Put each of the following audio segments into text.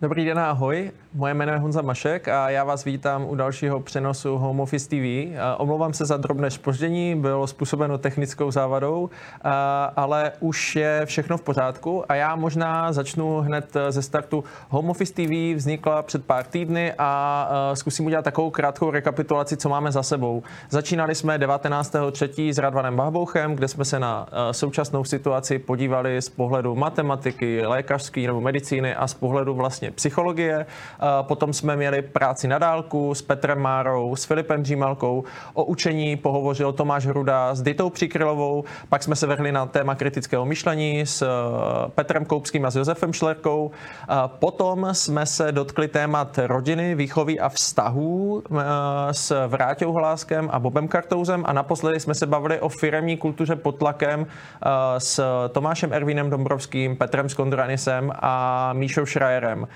Dobrý den, ahoj. Moje jméno je Honza Mašek a já vás vítám u dalšího přenosu Home Office TV. Omlouvám se za drobné zpoždění, bylo způsobeno technickou závadou, ale už je všechno v pořádku a já možná začnu hned ze startu. Home Office TV vznikla před pár týdny a zkusím udělat takovou krátkou rekapitulaci, co máme za sebou. Začínali jsme 19.3. s Radvanem Bahbouchem, kde jsme se na současnou situaci podívali z pohledu matematiky, lékařský nebo medicíny a z pohledu vlastně psychologie. Potom jsme měli práci na dálku s Petrem Márou, s Filipem Dřímalkou. O učení pohovořil Tomáš Hruda s Ditou Přikrylovou. Pak jsme se vrhli na téma kritického myšlení s Petrem Koupským a s Josefem Šlerkou. Potom jsme se dotkli témat rodiny, výchovy a vztahů s Vráťou Hláskem a Bobem Kartouzem a naposledy jsme se bavili o firemní kultuře pod tlakem s Tomášem Ervínem Dombrovským, Petrem Skonduranisem a Míšou Šrajerem.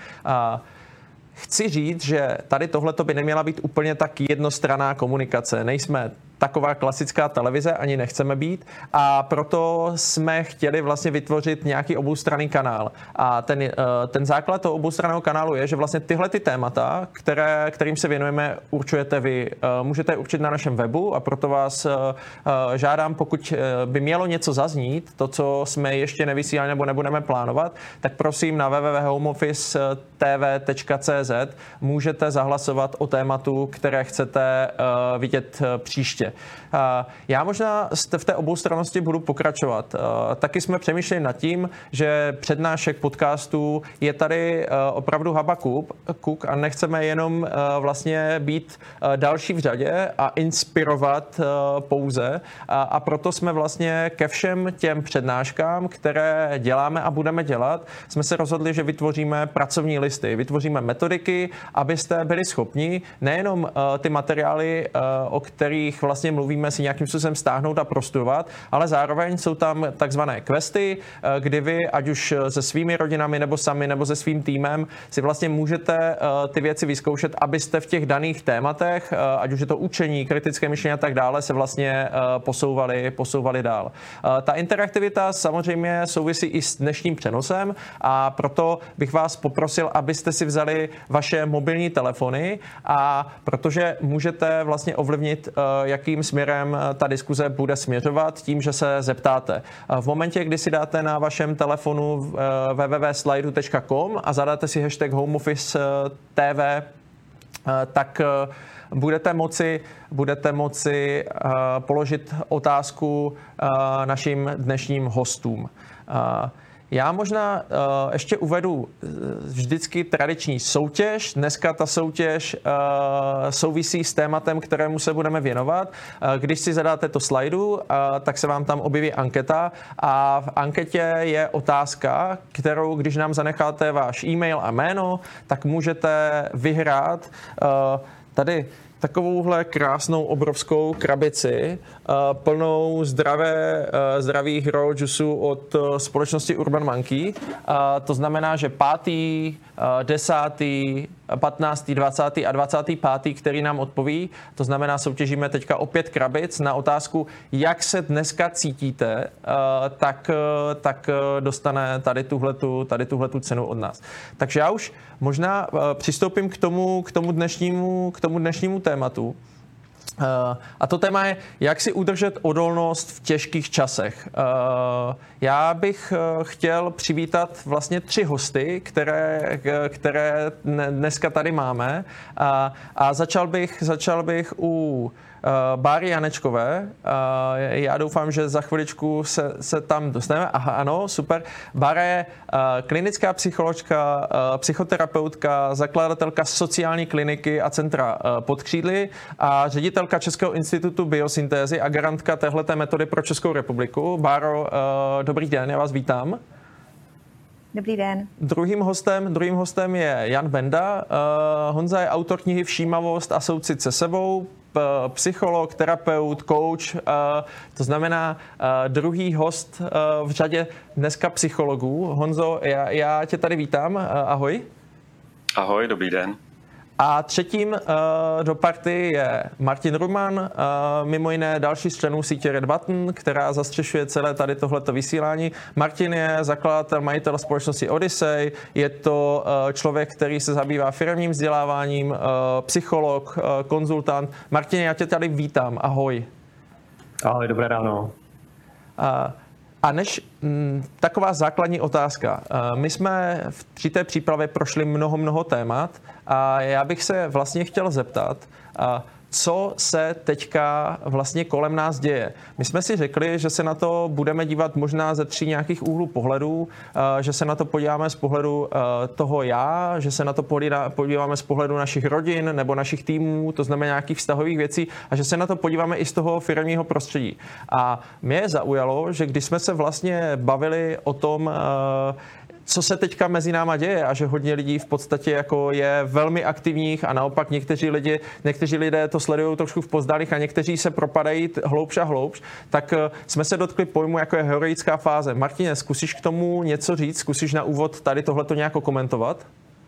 Chci říct, že tady tohleto by neměla být úplně tak jednostranná komunikace. Nejsme taková klasická televize, ani nechceme být a proto jsme chtěli vlastně vytvořit nějaký oboustranný kanál. A ten základ toho oboustranného kanálu je, že vlastně tyhle ty témata, kterým se věnujeme, určujete vy. Můžete je určit na našem webu a proto vás žádám, pokud by mělo něco zaznít, to, co jsme ještě nevysílali nebo nebudeme plánovat, tak prosím na www.homeofficetv.cz můžete zahlasovat o tématu, které chcete vidět příště. Já možná v té oboustrannosti budu pokračovat. Taky jsme přemýšleli nad tím, že přednášek podcastů je tady opravdu Habakuk a nechceme jenom vlastně být další v řadě a inspirovat pouze. A proto jsme vlastně ke všem těm přednáškám, které děláme a budeme dělat, jsme se rozhodli, že vytvoříme pracovní listy, vytvoříme metodiky, abyste byli schopni nejenom ty materiály, o kterých vlastně mluvíme, si nějakým způsobem stáhnout a prostudovat, ale zároveň jsou tam takzvané questy, kdy vy, ať už se svými rodinami nebo sami, nebo se svým týmem, si vlastně můžete ty věci vyzkoušet, abyste v těch daných tématech, ať už je to učení, kritické myšlení a tak dále, se vlastně posouvali dál. Ta interaktivita samozřejmě souvisí i s dnešním přenosem a proto bych vás poprosil, abyste si vzali vaše mobilní telefony a protože můžete vlastně ovlivnit, jakým směrem ta diskuze bude směřovat tím, že se zeptáte. V momentě, kdy si dáte na vašem telefonu www.slido.com a zadáte si hashtag HomeOffice.tv, tak budete moci položit otázku našim dnešním hostům. Já možná ještě uvedu vždycky tradiční soutěž. Dneska ta soutěž souvisí s tématem, kterému se budeme věnovat. Když si zadáte to slajdu, tak se vám tam objeví anketa a v anketě je otázka, kterou, když nám zanecháte váš e-mail a jméno, tak můžete vyhrát tady takovouhle krásnou obrovskou krabici plnou zdravých raw juiceů od společnosti Urban Monkey. To znamená, že 5., 10., 15., 20. a 25., který nám odpoví, to znamená, soutěžíme teďka o 5 krabic na otázku, jak se dneska cítíte, tak dostane tady tuhletu cenu od nás. Takže já už možná přistoupím k tomu dnešnímu tématu. A to téma je, jak si udržet odolnost v těžkých časech. Já bych chtěl přivítat vlastně 3 hosty, které dneska tady máme. A začal bych u Báry Janečkové. Já doufám, že za chviličku se tam dostaneme. Aha, ano, super. Bára je klinická psycholožka, psychoterapeutka, zakladatelka sociální kliniky a centra Podkřídly a ředitelka Českého institutu biosyntézy a garantka téhleté metody pro Českou republiku. Báro, dobrý den, já vás vítám. Dobrý den. Druhým hostem je Jan Benda. Honza je autor knihy Všímavost a soucit se sebou, psycholog, terapeut, coach, to znamená druhý host v řadě dneska psychologů. Honzo, já tě tady vítám. Ahoj. Ahoj, dobrý den. A třetím do party je Martin Ruman, mimo jiné další z členů sítě Red Button, která zastřešuje celé tady tohleto vysílání. Martin je zakladatel, majitel společnosti Odyssey, je to člověk, který se zabývá firemním vzděláváním, psycholog, konzultant. Martin, já tě tady vítám, ahoj. Ahoj, dobré ráno. A než taková základní otázka. My jsme při té přípravě prošli mnoho témat a já bych se vlastně chtěl zeptat, co se teďka vlastně kolem nás děje. My jsme si řekli, že se na to budeme dívat možná ze 3 nějakých úhlů pohledů, že se na to podíváme z pohledu toho já, že se na to podíváme z pohledu našich rodin nebo našich týmů, to znamená nějakých vztahových věcí, a že se na to podíváme i z toho firemního prostředí. A mě zaujalo, že když jsme se vlastně bavili o tom, co se teďka mezi náma děje a že hodně lidí v podstatě jako je velmi aktivních a naopak někteří lidé to sledují trošku v pozdálích a někteří se propadají hloubš a hloubš, tak jsme se dotkli pojmu, jako je heroická fáze. Martine, zkusíš k tomu něco říct? Zkusíš na úvod tady tohleto nějak komentovat?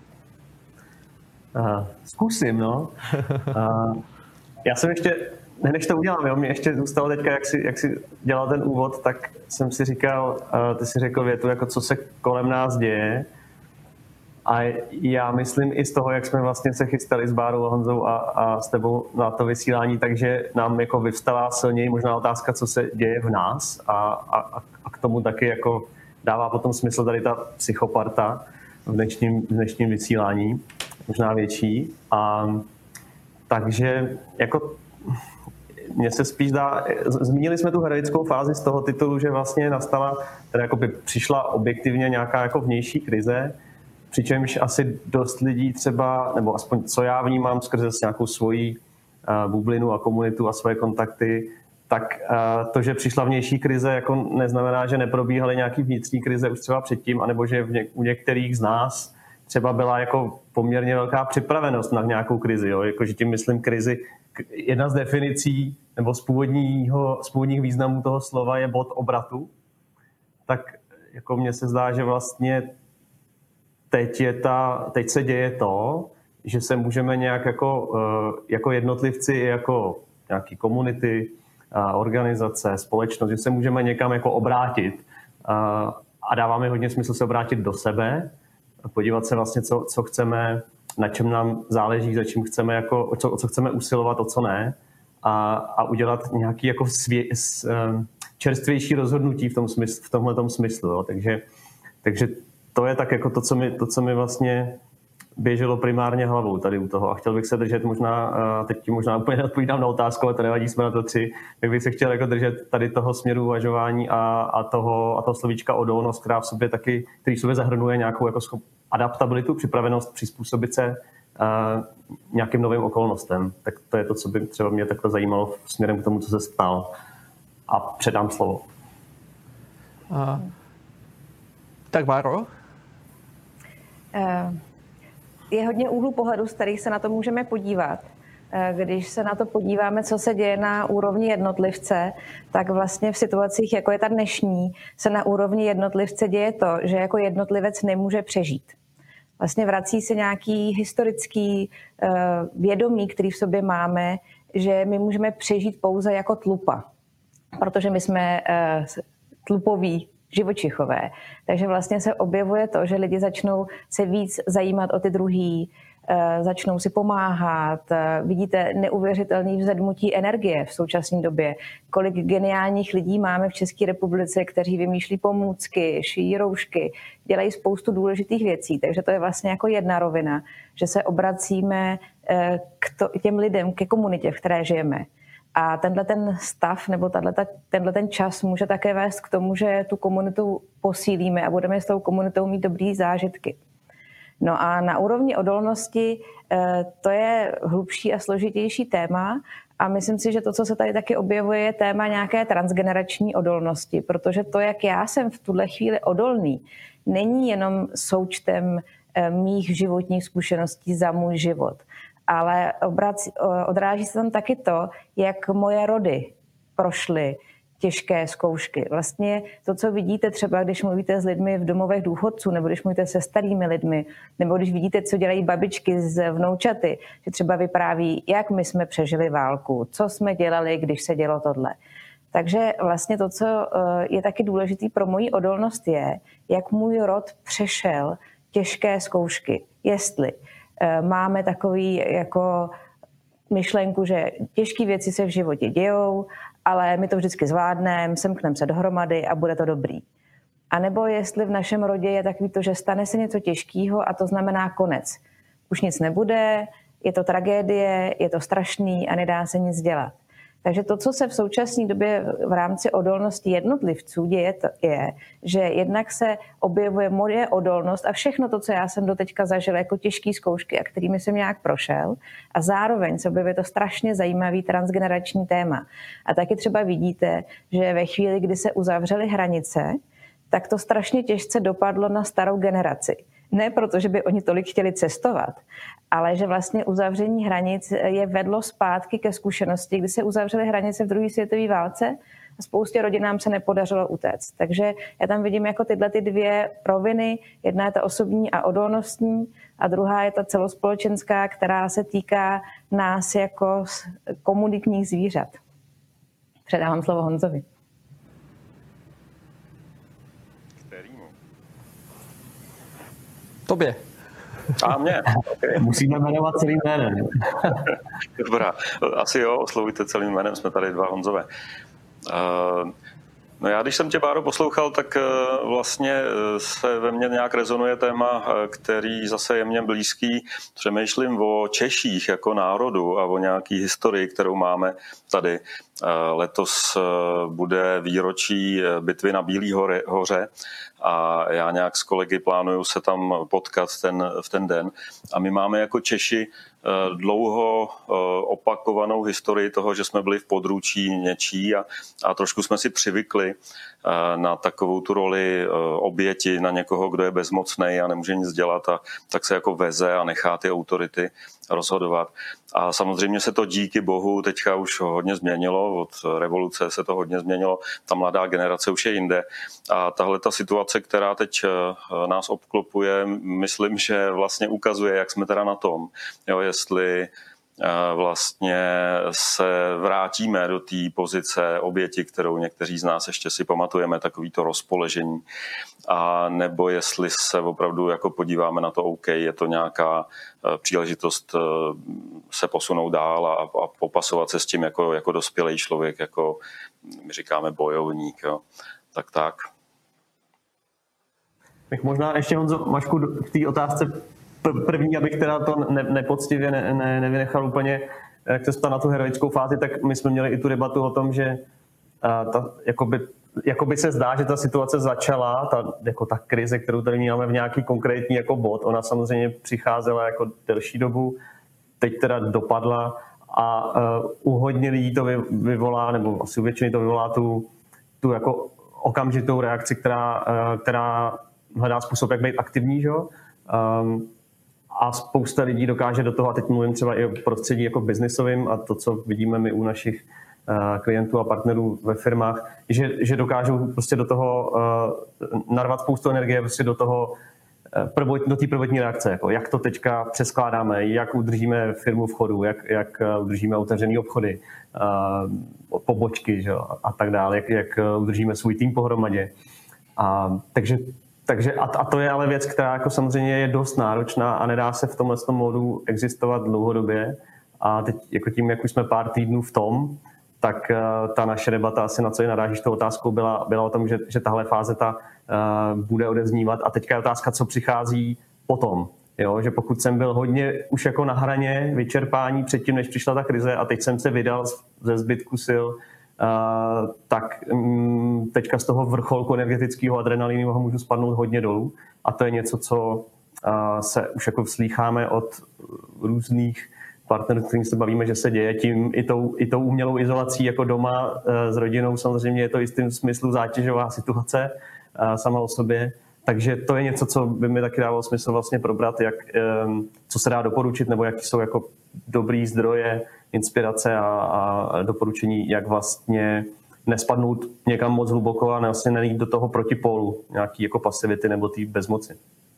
Zkusím, no. Já jsem ještě, než to udělám, jo, mě ještě zůstalo teďka, jak si dělal ten úvod, tak jsem si říkal, ty si řekl větu, jako co se kolem nás děje. A já myslím i z toho, jak jsme vlastně se chystali s Bárou a Honzou a s tebou na to vysílání, takže nám jako vyvstala silněji možná otázka, co se děje v nás a k tomu taky jako dává potom smysl tady ta psychoparta v dnešním vysílání, možná větší. Takže jako mně se spíš dá, zmínili jsme tu heroickou fázi z toho titulu, že vlastně nastala, teda jakoby přišla objektivně nějaká jako vnější krize, přičemž asi dost lidí třeba, nebo aspoň co já vnímám skrze nějakou svoji bublinu a komunitu a svoje kontakty, tak to, že přišla vnější krize, jako neznamená, že neprobíhaly nějaký vnitřní krize už třeba předtím, anebo že u některých z nás třeba byla jako poměrně velká připravenost na nějakou krizi, jo? Jakože tím myslím krizi. Jedna z definicí nebo z původních významů toho slova je bod obratu. Tak jako mně se zdá, že vlastně teď se děje to, že se můžeme nějak jako jednotlivci, jako nějaký komunity, organizace, společnost, že se můžeme někam jako obrátit. A dává mi hodně smysl se obrátit do sebe, podívat se vlastně, co chceme, na čem nám záleží, za čím chceme, jako, o co chceme usilovat, o co ne, a udělat nějaký jako čerstvější rozhodnutí v tomhletom smyslu. Jo. Takže to je tak jako to, co mi vlastně běželo primárně hlavou tady u toho. A chtěl bych se držet teď ti možná úplně odpovídám na otázku, ale to nevadí, jsme na to 3, tak bych se chtěl jako držet tady toho směru uvažování a toho slovíčka odolnost, který v sobě zahrnuje nějakou jako adaptabilitu, připravenost přizpůsobit se nějakým novým okolnostem. Tak to je to, co by třeba mě takhle zajímalo směrem k tomu, co se stalo. A předám slovo. Tak Báro? Je hodně úhlů pohledu, z kterých se na to můžeme podívat. Když se na to podíváme, co se děje na úrovni jednotlivce, tak vlastně v situacích, jako je ta dnešní, se na úrovni jednotlivce děje to, že jako jednotlivec nemůže přežít. Vlastně vrací se nějaký historický vědomí, který v sobě máme, že my můžeme přežít pouze jako tlupa, protože my jsme tlupoví živočichové. Takže vlastně se objevuje to, že lidi začnou se víc zajímat o ty druhý, začnou si pomáhat. Vidíte neuvěřitelné vzedmutí energie v současné době. Kolik geniálních lidí máme v České republice, kteří vymýšlí pomůcky, šijí roušky, dělají spoustu důležitých věcí. Takže to je vlastně jako jedna rovina, že se obracíme k těm lidem, ke komunitě, v které žijeme. A tenhle ten stav nebo tenhle ten čas může také vést k tomu, že tu komunitu posílíme a budeme s tou komunitou mít dobrý zážitky. No a na úrovni odolnosti to je hlubší a složitější téma a myslím si, že to, co se tady taky objevuje, je téma nějaké transgenerační odolnosti, protože to, jak já jsem v tuhle chvíli odolný, není jenom součtem mých životních zkušeností za můj život, ale odráží se tam taky to, jak moje rody prošly těžké zkoušky. Vlastně to, co vidíte třeba, když mluvíte s lidmi v domovech důchodců, nebo když mluvíte se starými lidmi, nebo když vidíte, co dělají babičky z vnoučaty, že třeba vypráví, jak my jsme přežili válku, co jsme dělali, když se dělo tohle. Takže vlastně to, co je taky důležitý pro moji odolnost, je, jak můj rod přešel těžké zkoušky. Jestli máme takový jako myšlenku, že těžké věci se v životě dějou, ale my to vždycky zvládneme, semkneme se dohromady a bude to dobrý. A nebo jestli v našem rodě je takový to, že stane se něco těžkého a to znamená konec. Už nic nebude, je to tragédie, je to strašný a nedá se nic dělat. Takže to, co se v současné době v rámci odolnosti jednotlivců děje, je, že jednak se objevuje moje odolnost a všechno to, co já jsem doteďka zažil jako těžké zkoušky a kterými jsem nějak prošel, a zároveň se objevuje to strašně zajímavý transgenerační téma. A taky třeba vidíte, že ve chvíli, kdy se uzavřely hranice, tak to strašně těžce dopadlo na starou generaci. Ne proto, že by oni tolik chtěli cestovat, ale že vlastně uzavření hranic je vedlo zpátky ke zkušenosti, kdy se uzavřely hranice v druhé světové válce a spoustě rodinám se nepodařilo utéct. Takže já tam vidím jako tyhle ty dvě roviny. Jedna je ta osobní a odolnostní a druhá je ta celospolečenská, která se týká nás jako komunitních zvířat. Předávám slovo Honzovi. Tobě. A mě. Okay. Musíme jmenovat celým jménem. Dobrá, asi jo, oslovujte celým jménem, jsme tady dva Honzové. No já, když jsem tě, Báro, poslouchal, tak vlastně se ve mně nějak rezonuje téma, který zase je mně blízký. Přemýšlím o Češích jako národu a o nějaký historii, kterou máme tady. Letos bude výročí bitvy na Bílý hoře a já nějak s kolegy plánuju se tam potkat v ten den. A my máme jako Češi dlouho opakovanou historii toho, že jsme byli v područí něčí a trošku jsme si přivykli na takovou tu roli oběti, na někoho, kdo je bezmocnej a nemůže nic dělat a tak se jako veze a nechá ty autority rozhodovat. A samozřejmě se to díky bohu teďka už hodně změnilo, od revoluce se to hodně změnilo, ta mladá generace už je jinde. A tahle ta situace, která teď nás obklopuje, myslím, že vlastně ukazuje, jak jsme teda na tom. Jo, jestli vlastně se vrátíme do té pozice oběti, kterou někteří z nás ještě si pamatujeme, takový to rozpoležení, a nebo jestli se opravdu jako podíváme na to, OK, je to nějaká příležitost se posunout dál a popasovat se s tím jako dospělý člověk, jako my říkáme bojovník. Jo. Tak. Tak možná ještě, Honzo, Mašku, v té otázce první, abych teda to nepoctivě nevynechal úplně, jak se ptal na tu heroickou fázi, tak my jsme měli i tu debatu o tom, že jakoby se zdá, že ta situace začala, ta krize, kterou tady máme v nějaký konkrétní jako bod, ona samozřejmě přicházela jako delší dobu, teď teda dopadla a u hodně lidí to vyvolá, nebo asi u většiny to vyvolá tu jako okamžitou reakci, která hledá způsob, jak být aktivní, že? A spousta lidí dokáže do toho, a teď mluvím třeba i o prostředí jako biznisovým a to, co vidíme my u našich klientů a partnerů ve firmách, že dokážou prostě do toho narvat spoustu energie prostě do té prvotní reakce, jako jak to teďka přeskládáme, jak udržíme firmu v chodu, jak udržíme otevřený obchody, pobočky, že, a tak dále, jak udržíme svůj tým pohromadě. Takže to je ale věc, která jako samozřejmě je dost náročná a nedá se v tomhle módu existovat dlouhodobě. A teď jako tím, jak už jsme pár týdnů v tom, tak ta naše debata, asi na co ji narážíš tou otázkou, byla o tom, že tahle fáze bude odeznívat. A teďka je otázka, co přichází potom. Jo? Že pokud jsem byl hodně už jako na hraně vyčerpání předtím, než přišla ta krize a teď jsem se vydal ze zbytku sil, tak teďka z toho vrcholku energetického adrenalinu můžu spadnout hodně dolů. A to je něco, co se už jako slýcháme od různých partnerů, kterým se bavíme, že se děje tím i tou umělou izolací jako doma s rodinou. Samozřejmě je to v jistým smyslu zátěžová situace sama o sobě. Takže to je něco, co by mi taky dávalo smysl vlastně probrat, co se dá doporučit, nebo jaký jsou jako dobrý zdroje, inspirace a doporučení, jak vlastně nespadnout někam moc hluboko a vlastně nejít do toho protipólu nějaký jako pasivity nebo té bezmoci.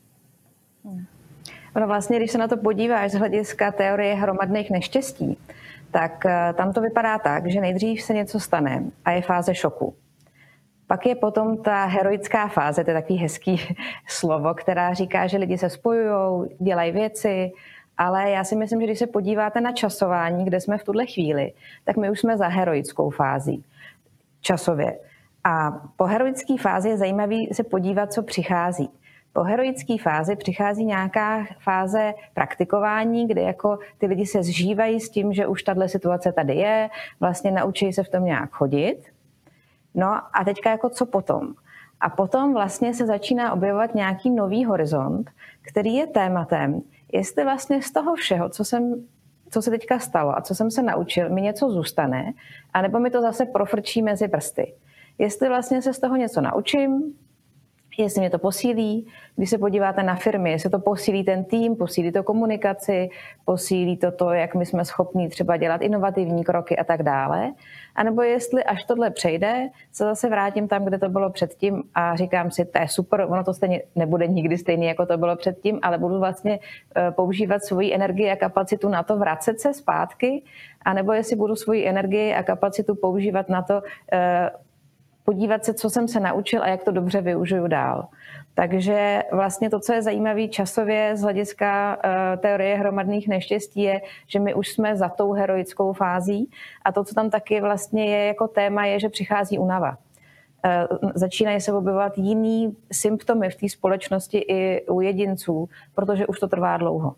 No vlastně, když se na to podíváš z hlediska teorie hromadných neštěstí, tak tam to vypadá tak, že nejdřív se něco stane a je fáze šoku. Pak je potom ta heroická fáze, to je takový hezký slovo, která říká, že lidi se spojujou, dělají věci, ale já si myslím, že když se podíváte na časování, kde jsme v tuhle chvíli, tak my už jsme za heroickou fází časově. A po heroické fázi je zajímavé se podívat, co přichází. Po heroické fázi přichází nějaká fáze praktikování, kde jako ty lidi se zžívají s tím, že už tato situace tady je, vlastně naučí se v tom nějak chodit. No a teďka jako co potom? A potom vlastně se začíná objevovat nějaký nový horizont, který je tématem, jestli vlastně z toho všeho, co se teďka stalo a co jsem se naučil, mi něco zůstane, anebo mi to zase profrčí mezi prsty. Jestli vlastně se z toho něco naučím, jestli mě to posílí, když se podíváte na firmy, jestli to posílí ten tým, posílí to komunikaci, posílí to, jak my jsme schopní třeba dělat inovativní kroky a tak dále. A nebo jestli až tohle přejde, se zase vrátím tam, kde to bylo předtím a říkám si, to je super, ono to stejně nebude nikdy stejný, jako to bylo předtím, ale budu vlastně používat svoji energii a kapacitu na to vracet se zpátky, a nebo jestli budu svoji energii a kapacitu používat na to podívat se, co jsem se naučil a jak to dobře využiju dál. Takže vlastně to, co je zajímavé časově z hlediska teorie hromadných neštěstí, je, že my už jsme za tou heroickou fází a to, co tam taky vlastně je jako téma, je, že přichází únava. Začínají se objevovat jiný symptomy v té společnosti i u jedinců, protože už to trvá dlouho.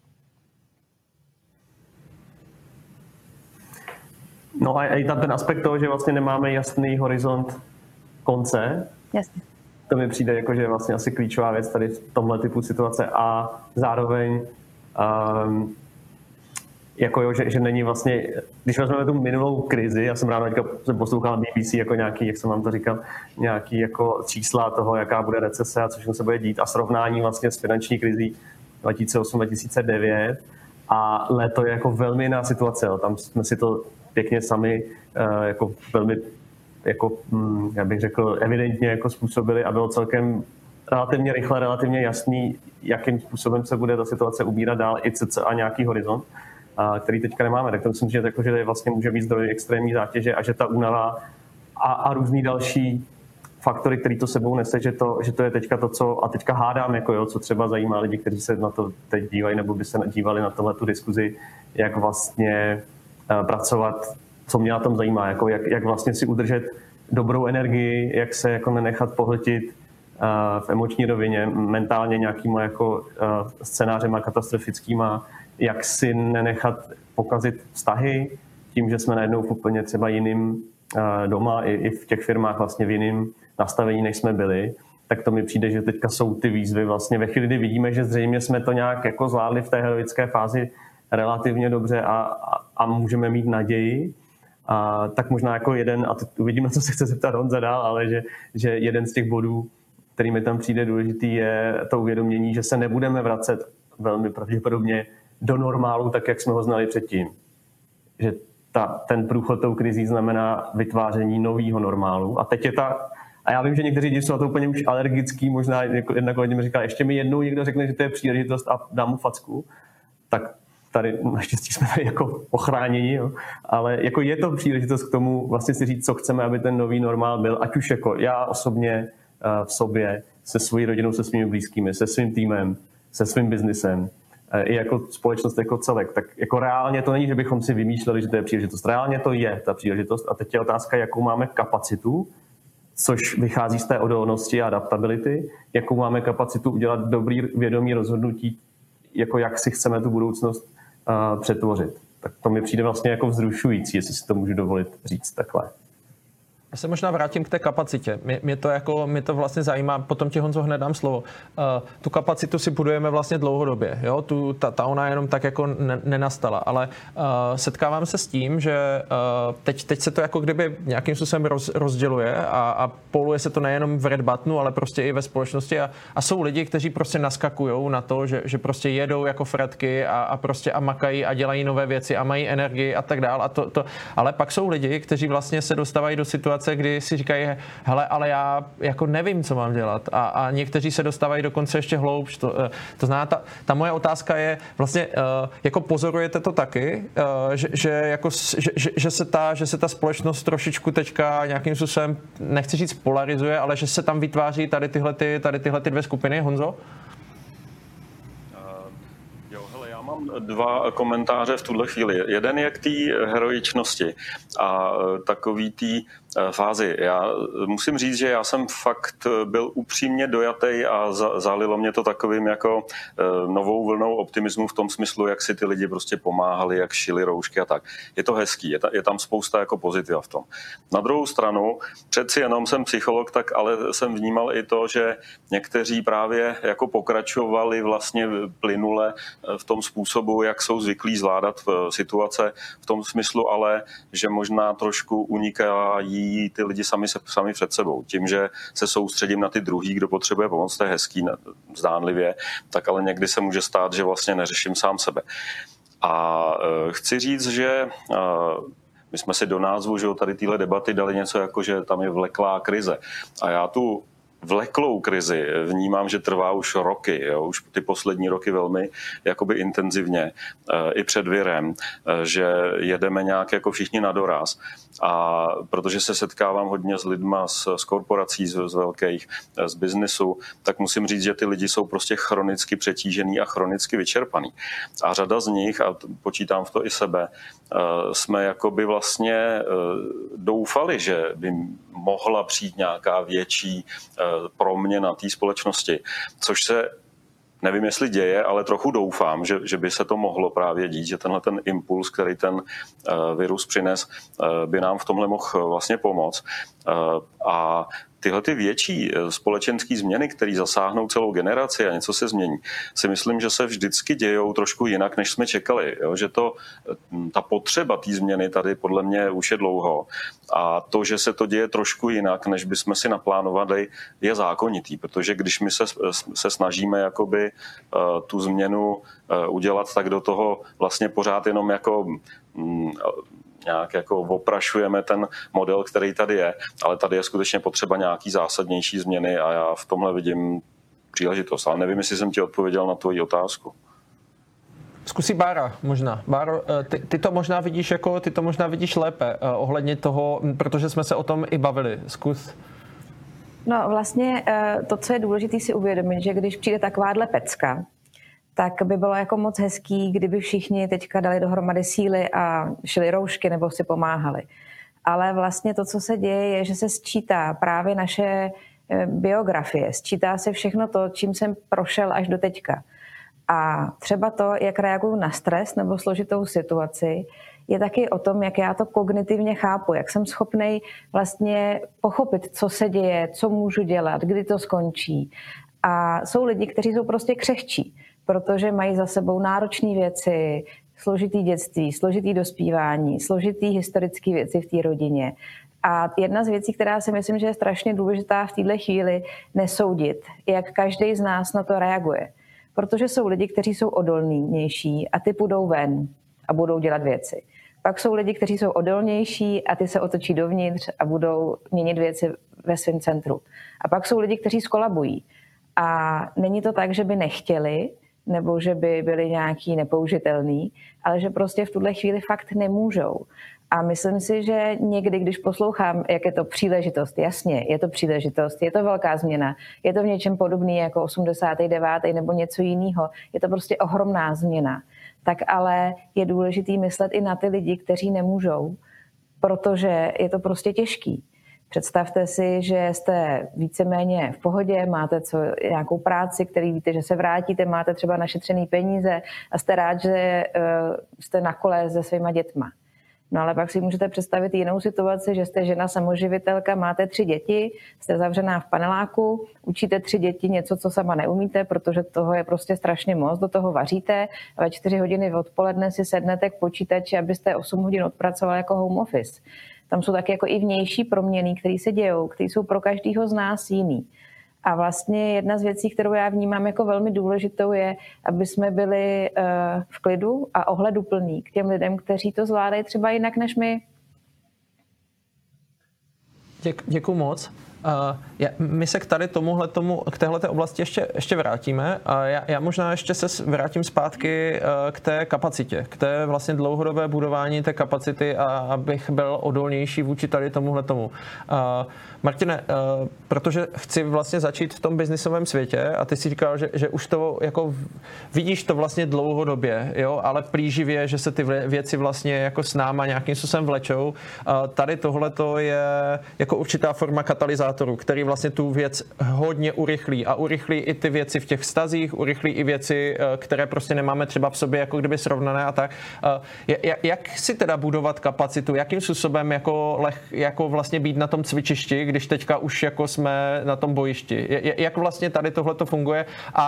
No a i tam ten aspekt toho, že vlastně nemáme jasný horizont konce. Jasně. To mi přijde jako, že je vlastně asi klíčová věc tady v tomhle typu situace a zároveň jako jo, že není vlastně, když vezmeme tu minulou krizi, já jsem ráno jsem poslouchal BBC jako nějaký, jak jsem vám to říkal, nějaký jako čísla toho, jaká bude recese a co se bude dít a srovnání vlastně s finanční krizí 2008-2009 a léto je jako velmi jiná situace, jo. Tam jsme si to pěkně sami jako velmi, jako, já bych řekl, evidentně jako způsobili a bylo celkem relativně rychle, relativně jasný, jakým způsobem se bude ta situace ubírat dál i cca nějaký horizont, který teďka nemáme. Tak to myslím, že vlastně může být zdroj extrémní zátěže a že ta únava a různý další faktory, který to sebou nese, že to je teďka to, co a teďka hádám, jako jo, co třeba zajímá lidi, kteří se na to teď dívají nebo by se dívali na tohletu diskuzi, jak vlastně pracovat, co mě na tom zajímá, jako jak vlastně si udržet dobrou energii, jak se jako nenechat pohltit v emoční rovině, mentálně nějakýma jako scénářema katastrofickýma, jak si nenechat pokazit vztahy tím, že jsme najednou v úplně třeba jiným doma i v těch firmách vlastně v jiným nastavení, než jsme byli, tak to mi přijde, že teďka jsou ty výzvy vlastně ve chvíli, kdy vidíme, že zřejmě jsme to nějak jako zvládli v té heroické fázi relativně dobře a můžeme mít naději, tak možná jako jeden, a uvidíme, co se chce zeptat Honza dál, ale že jeden z těch bodů, který mi tam přijde důležitý, je to uvědomění, že se nebudeme vracet velmi pravděpodobně do normálu, tak jak jsme ho znali předtím. Že ten průchod tou krizí znamená vytváření nového normálu. A teď je a já vím, že někteří lidi jsou na to úplně už alergický, možná jedna kolegyně mi říká, ještě mi jednou někdo řekne, že to je příležitost a dám mu facku, tak tady naštěstí jsme tady jako ochráněni, jo. Ale jako je to příležitost k tomu vlastně si říct, co chceme, aby ten nový normál byl, ať už jako já osobně v sobě, se svojí rodinou, se svými blízkými, se svým týmem, se svým biznisem, i jako společnost jako celek. Tak jako reálně to není, že bychom si vymýšleli, že to je příležitost. Reálně to je ta příležitost a teď je otázka, jakou máme kapacitu, což vychází z té odolnosti a adaptability, jakou máme kapacitu udělat dobrý vědomý rozhodnutí, jako jak si chceme tu budoucnost přetvořit. Tak to mi přijde vlastně jako vzrušující, jestli si to můžu dovolit říct takhle. Já se možná vrátím k té kapacitě. Mě to vlastně zajímá, potom ti, Honzo, hned dám slovo. Tu kapacitu si budujeme vlastně dlouhodobě. Jo? Ta ona jenom tak jako nenastala, ale setkávám se s tím, že teď se to jako kdyby nějakým způsobem rozděluje a poluje se to nejenom v Red Buttonu, ale prostě i ve společnosti a jsou lidi, kteří prostě naskakujou na to, že prostě jedou jako fretky a prostě a makají a dělají nové věci a mají energii a tak dál. Ale pak jsou lidi, kteří vlastně se dostávají do situace, situace, kdy si říkají, hele, ale já jako nevím, co mám dělat. A někteří se dostávají dokonce ještě hloubš. To znamená, ta moje otázka je vlastně, jako pozorujete to taky, že se ta společnost trošičku teďka nějakým způsobem, nechci říct polarizuje, ale že se tam vytváří tady tyhle dvě skupiny, Honzo? Mám dva komentáře v tuhle chvíli. Jeden je k té heroičnosti a takový té fázi. Já musím říct, že já jsem fakt byl upřímně dojatý a zalilo mě to takovým jako novou vlnou optimismu v tom smyslu, jak si ty lidi prostě pomáhali, jak šili roušky a tak. Je to hezký, je tam spousta jako pozitiva v tom. Na druhou stranu, přeci jenom jsem psycholog, tak ale jsem vnímal i to, že někteří právě jako pokračovali vlastně plynule v tom způsobu, jak jsou zvyklí zvládat situace, v tom smyslu ale, že možná trošku unikají ty lidi sami před sebou. Tím, že se soustředím na ty druhý, kdo potřebuje pomoc, to je hezký, zdánlivě, tak ale někdy se může stát, že vlastně neřeším sám sebe. A chci říct, že my jsme si do názvu, že tady téhle debaty dali něco jako, že tam je vleklá krize. A já tu vleklou krizi vnímám, že trvá už roky, jo? Už ty poslední roky velmi jakoby intenzivně, i před virem, že jedeme nějak jako všichni na doraz. A protože se setkávám hodně s lidma z korporací, z velkých, z biznesu, tak musím říct, že ty lidi jsou prostě chronicky přetížený a chronicky vyčerpaný. A řada z nich, a počítám v to i sebe, jsme jakoby vlastně doufali, že by mohla přijít nějaká větší proměna té společnosti, což se nevím, jestli děje, ale trochu doufám, že by se to mohlo právě dít, že tenhle ten impuls, který ten virus přines, by nám v tomhle mohl vlastně pomoct. A tyhle ty větší společenské změny, které zasáhnou celou generaci a něco se změní, si myslím, že se vždycky dějou trošku jinak, než jsme čekali. Jo? Že ta potřeba té změny tady podle mě už je dlouho. A to, že se to děje trošku jinak, než bychom si naplánovali, je zákonitý, protože když my se snažíme jakoby tu změnu udělat, tak do toho vlastně pořád jenom jako nějak jako oprašujeme ten model, který tady je, ale tady je skutečně potřeba nějaký zásadnější změny a já v tomhle vidím příležitost. Ale nevím, jestli jsem ti odpověděl na tvoji otázku. Zkusí Bára možná. Báro, ty to možná vidíš lépe ohledně toho, protože jsme se o tom i bavili. Zkus. No vlastně to, co je důležité si uvědomit, že když přijde takováhle pecka, tak by bylo jako moc hezký, kdyby všichni teďka dali dohromady síly a šili roušky nebo si pomáhali. Ale vlastně to, co se děje, je, že se sčítá právě naše biografie, sčítá se všechno to, čím jsem prošel až do teďka. A třeba to, jak reaguju na stres nebo složitou situaci, je taky o tom, jak já to kognitivně chápu, jak jsem schopnej vlastně pochopit, co se děje, co můžu dělat, kdy to skončí. A jsou lidi, kteří jsou prostě křehčí, protože mají za sebou náročné věci, složitý dětství, složitý dospívání, složitý historické věci v té rodině. A jedna z věcí, která si myslím, že je strašně důležitá v této chvíli, nesoudit, jak každý z nás na to reaguje. Protože jsou lidi, kteří jsou odolnější a ty půjdou ven a budou dělat věci. Pak jsou lidi, kteří jsou odolnější a ty se otočí dovnitř a budou měnit věci ve svém centru. A pak jsou lidi, kteří skolabují. A není to tak, že by nechtěli, nebo že by byli nějaký nepoužitelný, ale že prostě v tuhle chvíli fakt nemůžou. A myslím si, že někdy, když poslouchám, jak je to příležitost, jasně, je to příležitost, je to velká změna, je to v něčem podobný jako 89. nebo něco jiného, je to prostě ohromná změna, tak ale je důležitý myslet i na ty lidi, kteří nemůžou, protože je to prostě těžký. Představte si, že jste víceméně v pohodě, máte nějakou práci, který víte, že se vrátíte, máte třeba našetřený peníze a jste rád, že jste na kole se svýma dětma. No ale pak si můžete představit jinou situaci, že jste žena samoživitelka, máte 3 děti, jste zavřená v paneláku, učíte 3 děti něco, co sama neumíte, protože toho je prostě strašně moc, do toho vaříte a ve 4 hodiny odpoledne si sednete k počítači, abyste 8 hodin odpracovali jako home office. Tam jsou taky jako i vnější proměny, které se dějou, které jsou pro každého z nás jiný. A vlastně jedna z věcí, kterou já vnímám jako velmi důležitou, je, aby jsme byli v klidu a ohleduplní k těm lidem, kteří to zvládají třeba jinak než my. Děkuju moc. My se k téhleté oblasti ještě vrátíme. Já možná ještě se vrátím zpátky k té kapacitě, k té vlastně dlouhodobé budování té kapacity, a abych byl odolnější vůči tady tomuhletomu. Martine, protože chci vlastně začít v tom biznisovém světě a ty si říkal, že už to jako vidíš to vlastně dlouhodobě, jo, ale plíživě, že se ty věci vlastně jako s náma nějakým způsobem vlečou. Tady tohleto je jako určitá forma katalyzátoru, který vlastně tu věc hodně urychlí a urychlí i ty věci v těch vztazích, urychlí i věci, které prostě nemáme třeba v sobě jako kdyby srovnané a tak. Jak si teda budovat kapacitu, jakým způsobem jako vlastně být na tom cvičišti, když teďka už jako jsme na tom bojišti? Jak vlastně tady tohleto funguje?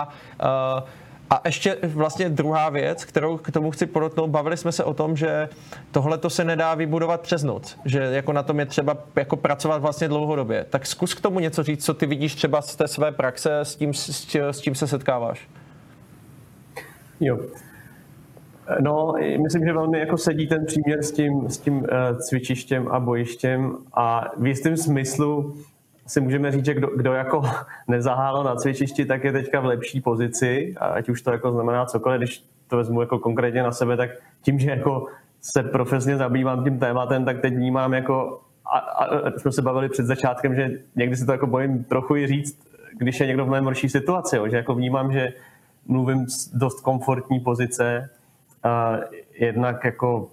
A ještě vlastně druhá věc, kterou k tomu chci podotknout, bavili jsme se o tom, že tohleto se nedá vybudovat přes noc, že jako na tom je třeba jako pracovat vlastně dlouhodobě. Tak zkus k tomu něco říct, co ty vidíš třeba z té své praxe, s čím se setkáváš. Jo. No, myslím, že velmi jako sedí ten příměr s tím cvičištěm a bojištěm a v jistém smyslu si můžeme říct, že kdo jako nezahálo na cvičišti, tak je teďka v lepší pozici, ať už to jako znamená cokoliv, když to vezmu jako konkrétně na sebe, tak tím, že jako se profesně zabývám tím tématem, tak teď vnímám jako, a jsme se bavili před začátkem, že někdy si to jako bojím trochu i říct, když je někdo v mnohem horší situaci, že jako vnímám, že mluvím z dost komfortní pozice, jednak jako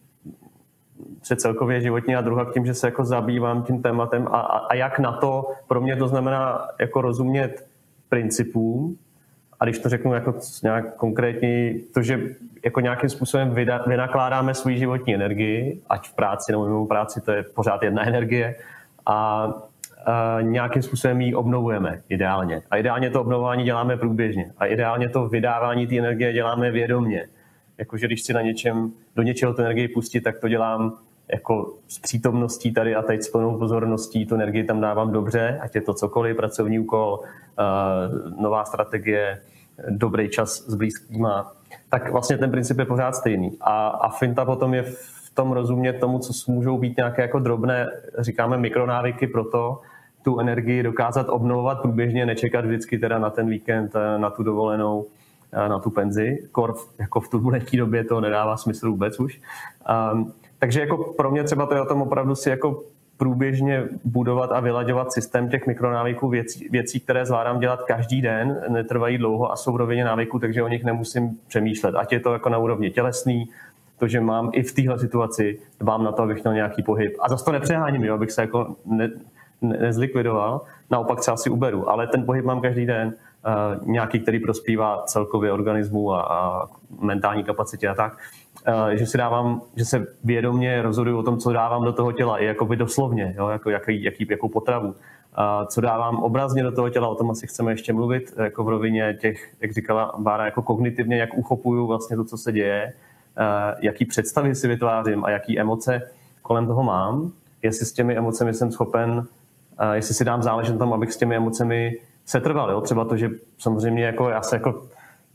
před celkově životní a druhá k tím, že se jako zabývám tím tématem a jak na to, pro mě to znamená jako rozumět principům a když to řeknu jako nějak konkrétně, to, že jako nějakým způsobem vynakládáme svou životní energii, ať v práci nebo mimo práci, to je pořád jedna energie a nějakým způsobem ji obnovujeme ideálně. A ideálně to obnovování děláme průběžně a ideálně to vydávání té energie děláme vědomě. Jakože když si do něčeho tu energii pustit, tak to dělám jako s přítomností tady a teď s plnou pozorností, tu energii tam dávám dobře, ať je to cokoliv, pracovní úkol, nová strategie, dobrý čas s blízkýma, tak vlastně ten princip je pořád stejný. A finta potom je v tom rozumět tomu, co můžou být nějaké jako drobné, říkáme mikronávyky pro to, tu energii dokázat obnovovat průběžně, nečekat vždycky teda na ten víkend, na tu dovolenou, na tu penzi. Jako v turbulentní době to nedává smysl vůbec už. Takže jako pro mě třeba to je o tom opravdu si jako průběžně budovat a vylaďovat systém těch mikronávyků, věcí, které zvládám dělat každý den, netrvají dlouho a jsou v rovině návyků, takže o nich nemusím přemýšlet. Ať je to jako na úrovni tělesný, to, že mám i v téhle situaci, dbám na to, abych měl nějaký pohyb. A zase to nepřeháním, jo, abych se jako nezlikvidoval, naopak třeba si uberu, ale ten pohyb mám každý den, nějaký, který prospívá celkově organismu a mentální kapacitě a tak, že si dávám, že se vědomě rozhoduju o tom, co dávám do toho těla, i jakoby doslovně, jo, jakou potravu, co dávám obrazně do toho těla, o tom asi chceme ještě mluvit, jako v rovině těch, jak říkala Bára, jako kognitivně, jak uchopuju vlastně to, co se děje, jaký představy si vytvářím a jaký emoce kolem toho mám, jestli s těmi emocemi jsem schopen, jestli si dám záležet na tom, abych s těmi emocemi setrval, jo? Třeba to, že samozřejmě jako já se jako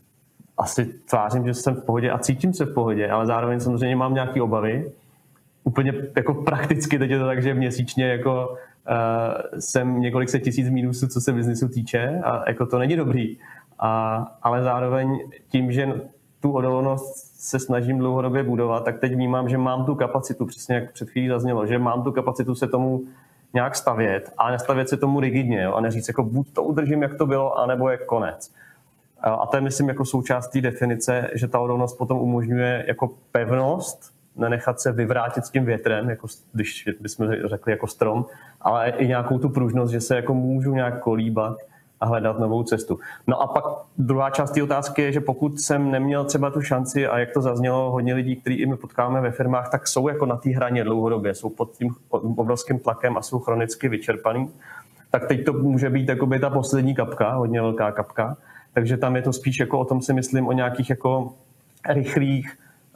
asi tvářím, že jsem v pohodě a cítím se v pohodě, ale zároveň samozřejmě mám nějaké obavy. Úplně jako prakticky teď je to tak, že měsíčně jako jsem několik set tisíc mínusů, co se biznisu týče a jako to není dobrý. Ale zároveň tím, že tu odolnost se snažím dlouhodobě budovat, tak teď vnímám, že mám tu kapacitu, přesně jak před chvílí zaznělo, že mám tu kapacitu se tomu nějak stavět a nestavět se tomu rigidně, jo, a neříct jako buď to udržím, jak to bylo, anebo je konec. A to je, myslím, jako součást té definice, že ta odolnost potom umožňuje jako pevnost, nenechat se vyvrátit s tím větrem, jako když bychom řekli jako strom, ale i nějakou tu pružnost, že se jako můžu nějak kolíbat a hledat novou cestu. No a pak druhá část té otázky je, že pokud jsem neměl třeba tu šanci, a jak to zaznělo, hodně lidí, kteří i my potkáváme ve firmách, tak jsou jako na té hraně dlouhodobě, jsou pod tím obrovským tlakem a jsou chronicky vyčerpaný, tak teď to může být jakoby ta poslední kapka, hodně velká kapka, takže tam je to spíš jako o tom si myslím o nějakých jako rychlých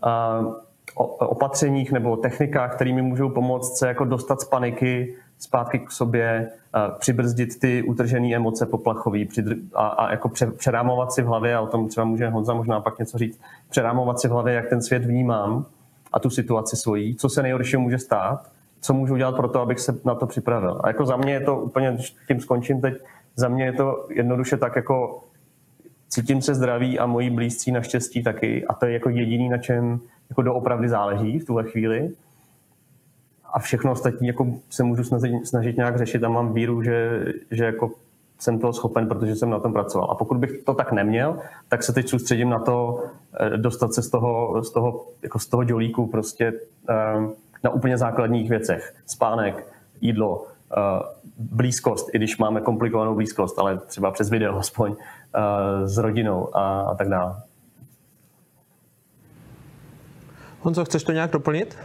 opatřeních nebo technikách, kterými můžou pomoct se jako dostat z paniky zpátky k sobě, přibrzdit ty utržené emoce poplachový a jako přerámovat si v hlavě, a o tom třeba může Honza možná pak něco říct, přerámovat si v hlavě, jak ten svět vnímám a tu situaci svojí, co se nejhoršího může stát, co můžu dělat pro to, abych se na to připravil. A jako za mě je to úplně, tím skončím teď, za mě je to jednoduše tak jako cítím se zdraví a moji blízcí naštěstí taky a to je jako jediný, na čem jako doopravdy záleží v tuhle chvíli. A všechno ostatní jako se můžu snažit nějak řešit a mám víru, že jako jsem toho schopen, protože jsem na tom pracoval. A pokud bych to tak neměl, tak se teď soustředím na to dostat se z toho dělíku prostě na úplně základních věcech. Spánek, jídlo, blízkost, i když máme komplikovanou blízkost, ale třeba přes video aspoň, s rodinou a tak dále. Honzo, chceš to nějak doplnit?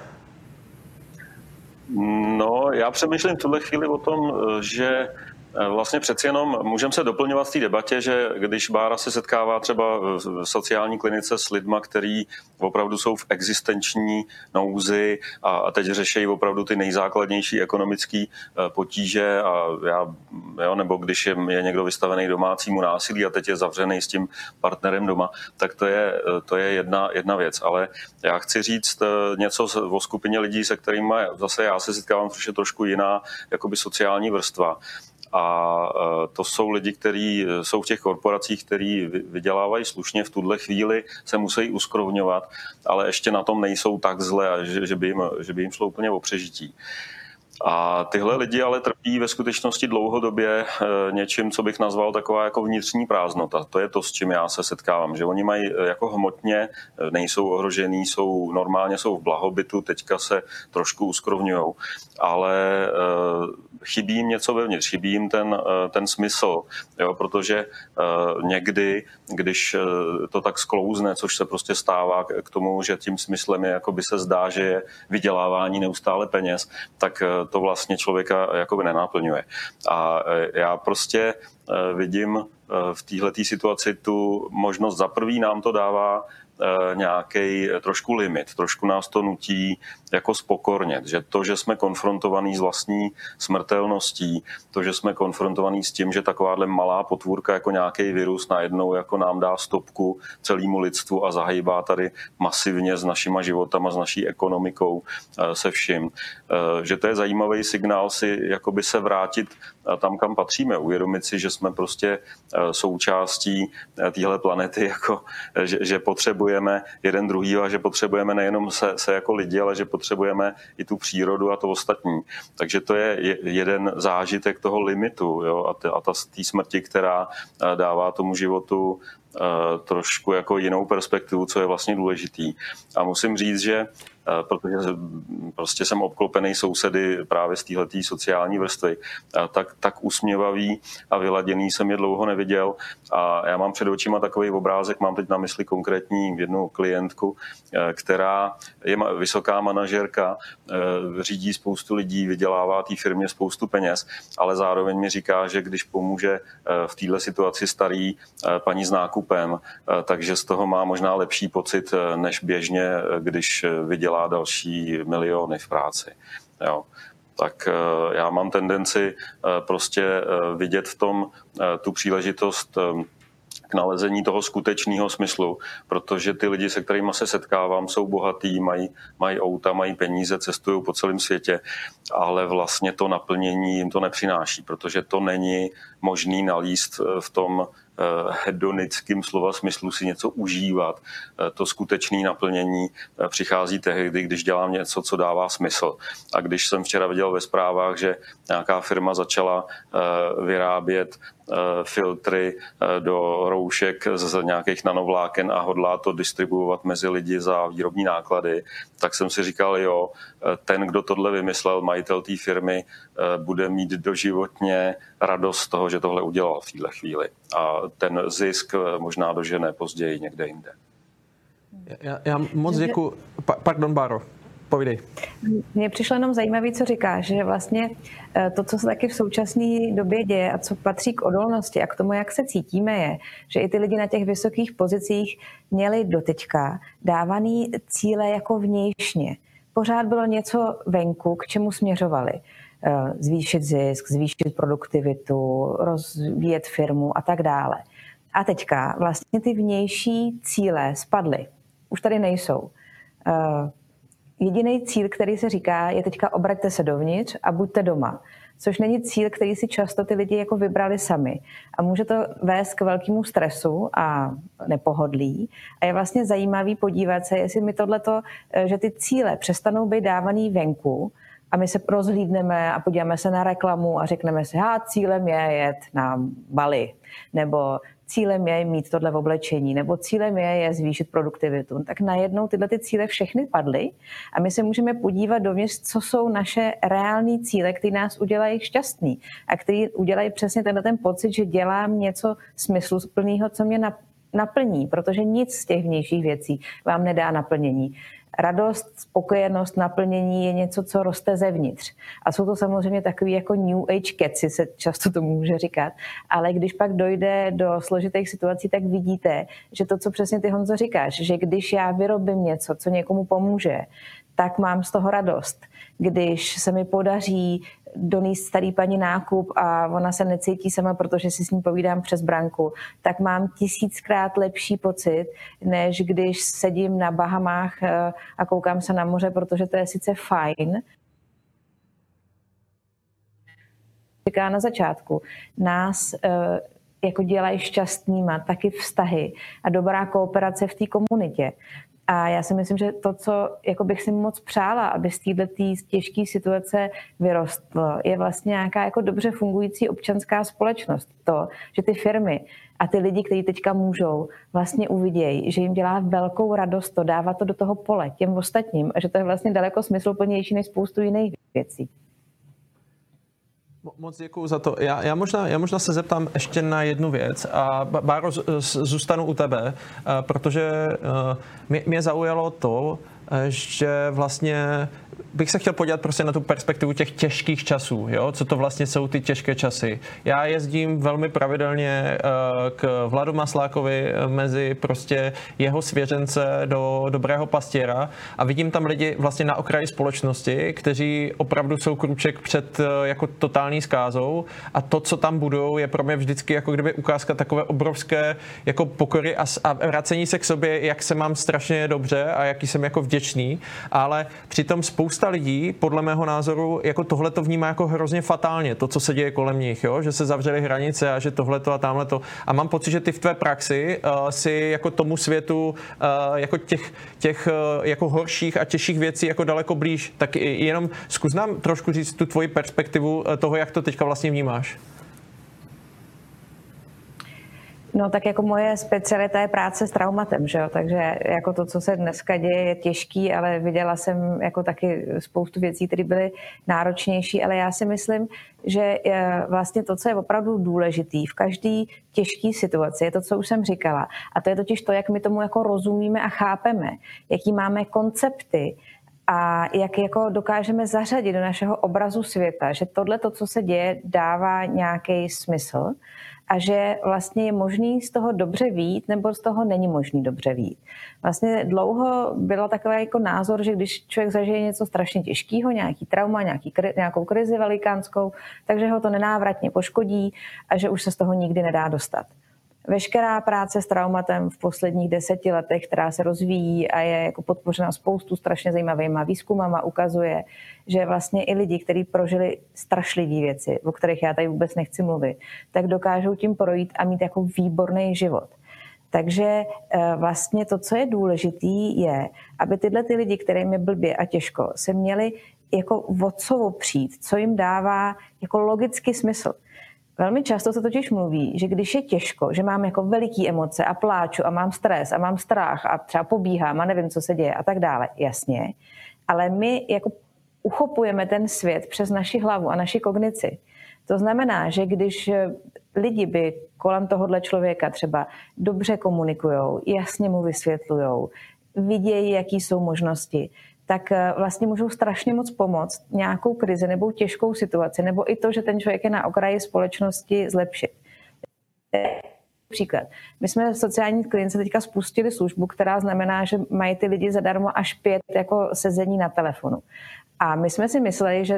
No, já přemýšlím v tuhle chvíli o tom, že vlastně přeci jenom můžeme se doplňovat v té debatě, že když Bára se setkává třeba v sociální klinice s lidma, kteří opravdu jsou v existenční nouzi a teď řeší opravdu ty nejzákladnější ekonomické potíže nebo když je někdo vystavený domácímu násilí a teď je zavřený s tím partnerem doma, tak to je jedna věc. Ale já chci říct něco o skupině lidí, se kterými zase já se setkávám, což je trošku jiná jakoby sociální vrstva. A to jsou lidi, kteří jsou v těch korporacích, kteří vydělávají slušně, v tuhle chvíli se musí uskrovňovat, ale ještě na tom nejsou tak zle, že by jim šlo úplně o přežití. A tyhle lidi ale trpí ve skutečnosti dlouhodobě něčím, co bych nazval taková jako vnitřní prázdnota. To je to, s čím já se setkávám, že oni mají jako hmotně, nejsou ohrožený, normálně jsou v blahobytu, teďka se trošku uskrovňujou, ale chybí jim něco vevnitř, chybí jim ten smysl, jo, protože někdy, když to tak sklouzne, což se prostě stává k tomu, že tím smyslem je, jako by se zdá, že je vydělávání neustále peněz, tak to vlastně člověka jakoby nenaplňuje. A já prostě vidím v téhleté situaci tu možnost, za prvý nám to dává nějaký trošku limit, trošku nás to nutí jako spokornět, že to, že jsme konfrontovaní s vlastní smrtelností, to, že jsme konfrontovaní s tím, že takováhle malá potvůrka jako nějaký virus najednou jako nám dá stopku celému lidstvu a zahýbá tady masivně s našima životama, s naší ekonomikou, se vším. Že to je zajímavý signál si jakoby se vrátit tam, kam patříme, uvědomit si, že jsme prostě součástí téhle planety, jako, že potřebujeme jeden druhýho a že potřebujeme nejenom se jako lidi, ale že potřebujeme i tu přírodu a to ostatní. Takže to je jeden zážitek toho limitu, jo, a ta smrti, která dává tomu životu trošku jako jinou perspektivu, co je vlastně důležitý. A musím říct, že protože prostě jsem obklopený sousedy právě z téhletý sociální vrstvy, tak usměvavý a vyladěný jsem je dlouho neviděl a já mám před očima takový obrázek, mám teď na mysli konkrétní jednu klientku, která je vysoká manažerka, řídí spoustu lidí, vydělává té firmě spoustu peněz, ale zároveň mi říká, že když pomůže v téhle situaci starý paní s nákupem, takže z toho má možná lepší pocit než běžně, když vydělá další miliony v práci. Jo. Tak já mám tendenci prostě vidět v tom tu příležitost k nalezení toho skutečného smyslu, protože ty lidi, se kterými se setkávám, jsou bohatý, mají auta, mají peníze, cestují po celém světě, ale vlastně to naplnění jim to nepřináší, protože to není možný nalíst v tom hedonickým slova smyslu si něco užívat. To skutečné naplnění přichází tehdy, když dělám něco, co dává smysl. A když jsem včera viděl ve zprávách, že nějaká firma začala vyrábět filtry do roušek z nějakých nanovláken a hodlá to distribuovat mezi lidi za výrobní náklady, tak jsem si říkal, jo, ten, kdo tohle vymyslel, majitel té firmy, bude mít doživotně radost z toho, že tohle udělal v téhle chvíli. A ten zisk možná dožene později někde jinde. Já moc děkuji. Pardon, Báro. Povídej. Mně přišlo jenom zajímavé, co říkáš, že vlastně to, co se taky v současné době děje a co patří k odolnosti a k tomu, jak se cítíme, je, že i ty lidi na těch vysokých pozicích měli doteďka dávaný cíle jako vnějšně. Pořád bylo něco venku, k čemu směřovali. Zvýšit zisk, zvýšit produktivitu, rozvíjet firmu a tak dále. A teďka vlastně ty vnější cíle spadly. Už tady nejsou. jediný cíl, který se říká, je teďka obraťte se dovnitř a buďte doma. Což není cíl, který si často ty lidi jako vybrali sami. A může to vést k velkému stresu a nepohodlí. A je vlastně zajímavý podívat se, jestli mi tohleto, že ty cíle přestanou být dávaný venku a my se rozhlídneme a podíváme se na reklamu a řekneme si, cílem je jet na Bali, nebo cílem je mít tohle v oblečení, nebo cílem je zvýšit produktivitu, tak najednou tyhle ty cíle všechny padly a my se můžeme podívat dovnitř, co jsou naše reální cíle, které nás udělají šťastný a které udělají přesně ten pocit, že dělám něco smysluplného, co mě naplní, protože nic z těch vnějších věcí vám nedá naplnění. Radost, spokojenost, naplnění je něco, co roste zevnitř. A jsou to samozřejmě takový jako New Age keci, se často to může říkat, ale když pak dojde do složitých situací, tak vidíte, že to, co přesně ty, Honzo, říkáš, že když já vyrobím něco, co někomu pomůže, tak mám z toho radost. Když se mi podaří donést starý paní nákup a ona se necítí sama, protože si s ní povídám přes branku, tak mám 1000krát lepší pocit, než když sedím na Bahamách a koukám se na moře, protože to je sice fajn. Říká na začátku, nás jako dělají šťastnýma taky vztahy a dobrá kooperace v té komunitě. A já si myslím, že to, co jako bych si moc přála, aby z této těžké situace vyrostlo, je vlastně nějaká jako dobře fungující občanská společnost. To, že ty firmy a ty lidi, kteří teďka můžou, vlastně uvidějí, že jim dělá velkou radost to, dávat to do toho pole těm ostatním a že to je vlastně daleko smysluplnější než spoustu jiných věcí. Moc děkuju za to. Já možná se zeptám ještě na jednu věc a Báro, zůstanu u tebe, protože mě zaujalo to, že vlastně bych se chtěl podívat prostě na tu perspektivu těch těžkých časů, jo? Co to vlastně jsou ty těžké časy. Já jezdím velmi pravidelně k Vladu Maslákovi mezi prostě jeho svěřence do Dobrého pastěra a vidím tam lidi vlastně na okraji společnosti, kteří opravdu jsou krůček před jako totální zkázou a to, co tam budou, je pro mě vždycky jako kdyby ukázka takové obrovské jako pokory a vracení se k sobě, jak se mám strašně dobře a jaký jsem jako vděčný, ale přitom spousta lidí, podle mého názoru, jako tohle to vnímá jako hrozně fatálně, to, co se děje kolem nich, jo? Že se zavřely hranice a že tohleto a tamhleto. A mám pocit, že ty v tvé praxi si jako tomu světu jako těch jako horších a těžších věcí jako daleko blíž. Tak jenom zkus nám trošku říct tu tvoji perspektivu toho, jak to teďka vlastně vnímáš. No tak jako moje specialita je práce s traumatem, že jo? Takže jako to, co se dneska děje, je těžký, ale viděla jsem jako taky spoustu věcí, které byly náročnější, ale já si myslím, že vlastně to, co je opravdu důležitý v každé těžké situaci, je to, co už jsem říkala. A to je totiž to, jak my tomu jako rozumíme a chápeme, jaký máme koncepty, a jak jako dokážeme zařadit do našeho obrazu světa, že tohle, to, co se děje, dává nějaký smysl a že vlastně je možný z toho dobře vyjít nebo z toho není možný dobře vyjít. Vlastně dlouho bylo takový jako názor, že když člověk zažije něco strašně těžkého, nějaký trauma, nějakou krizi velikánskou, takže ho to nenávratně poškodí a že už se z toho nikdy nedá dostat. Veškerá práce s traumatem v posledních 10 letech, která se rozvíjí a je jako podpořena spoustu strašně zajímavýma výzkumama, ukazuje, že vlastně i lidi, kteří prožili strašlivé věci, o kterých já tady vůbec nechci mluvit, tak dokážou tím projít a mít jako výborný život. Takže vlastně to, co je důležitý, je, aby tyhle ty lidi, kterým je blbě a těžko, se měli jako o co opřít, co jim dává jako logický smysl. Velmi často se totiž mluví, že když je těžko, že mám jako veliký emoce a pláču a mám stres a mám strach a třeba pobíhám a nevím, co se děje a tak dále, jasně, ale my jako uchopujeme ten svět přes naši hlavu a naši kognici. To znamená, že když lidi by kolem tohohle člověka třeba dobře komunikujou, jasně mu vysvětlujou, vidějí, jaký jsou možnosti, tak vlastně můžou strašně moc pomoct nějakou krizi nebo těžkou situaci, nebo i to, že ten člověk je na okraji společnosti, zlepšit. Příklad. My jsme v sociální klinice teďka spustili službu, která znamená, že mají ty lidi zadarmo až 5 jako sezení na telefonu. A my jsme si mysleli, že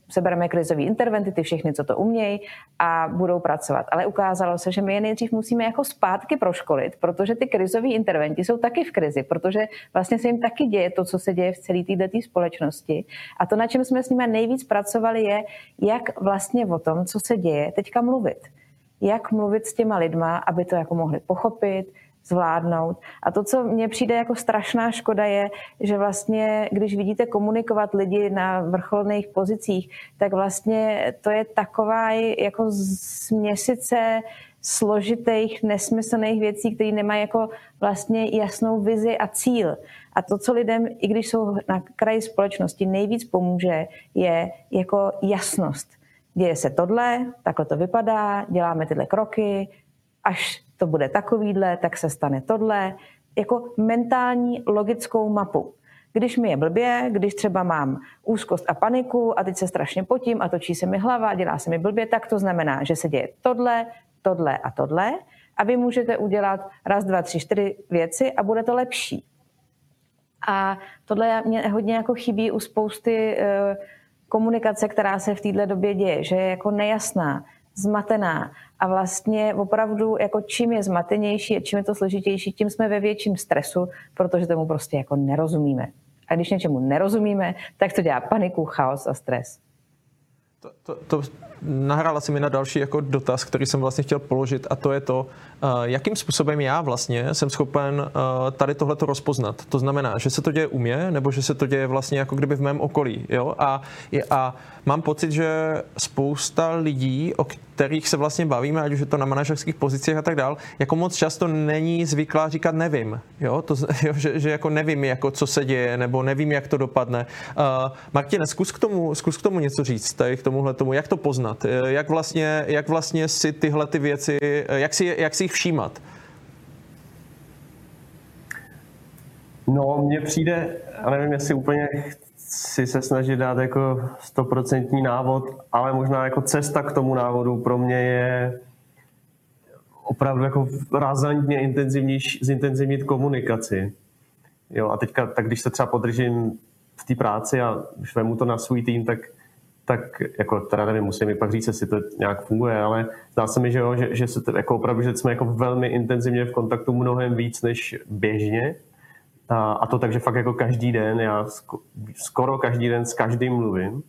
sebereme krizový interventy, ty všechny, co to umějí a budou pracovat. Ale ukázalo se, že my je nejdřív musíme jako zpátky proškolit, protože ty krizoví interventi jsou taky v krizi, protože vlastně se jim taky děje to, co se děje v celé této společnosti. A to, na čem jsme s nimi nejvíc pracovali, je, jak vlastně o tom, co se děje, teďka mluvit. Jak mluvit s těma lidma, aby to jako mohli pochopit, zvládnout. A to, co mně přijde jako strašná škoda, je, že vlastně, když vidíte komunikovat lidi na vrcholných pozicích, tak vlastně to je taková jako směsice složitých, nesmyslných věcí, které nemají jako vlastně jasnou vizi a cíl. A to, co lidem, i když jsou na kraji společnosti, nejvíc pomůže, je jako jasnost. Děje se tohle, takhle to vypadá, děláme tyhle kroky, až to bude takovýhle, tak se stane tohle. Jako mentální logickou mapu. Když mi je blbě, když třeba mám úzkost a paniku a teď se strašně potím a točí se mi hlava, dělá se mi blbě, tak to znamená, že se děje tohle, tohle a tohle a vy můžete udělat 1, 2, 3, 4 věci a bude to lepší. A tohle mě hodně jako chybí u spousty komunikace, která se v této době děje, že je jako nejasná, zmatená a vlastně opravdu jako čím je zmatenější a čím je to složitější, tím jsme ve větším stresu, protože tomu prostě jako nerozumíme. A když něčemu nerozumíme, tak to dělá paniku, chaos a stres. To nahrála si mi na další jako dotaz, který jsem vlastně chtěl položit, a to je to, jakým způsobem já vlastně jsem schopen tady tohleto rozpoznat. To znamená, že se to děje u mě, nebo že se to děje vlastně jako kdyby v mém okolí. Jo? A mám pocit, že spousta lidí, o kterých se vlastně bavíme, ať už je to na manažerských pozicích a tak dál, jako moc často není zvyklá říkat nevím. Jo? Že jako nevím, jako co se děje, nebo nevím, jak to dopadne. Martine, zkus k tomu něco říct, tady k tomuhletomu, jak to poznat, jak vlastně si tyhle ty věci, jak si jich všímat. No, mně přijde, a nevím, jestli úplně chci se snažit dát jako 100% návod, ale možná jako cesta k tomu návodu pro mě je opravdu jako razantně zintenzivnit komunikaci. Jo, a teďka, tak když se třeba podržím v té práci a když vemu to na svůj tým, tak jako teda nevím, musím mi pak říct, jestli to nějak funguje, ale zdá se mi, že jo, že se to, jako opravdu, že jsme jako velmi intenzivně v kontaktu mnohem víc než běžně. A to tak, že fakt jako každý den, já skoro každý den s každým mluvím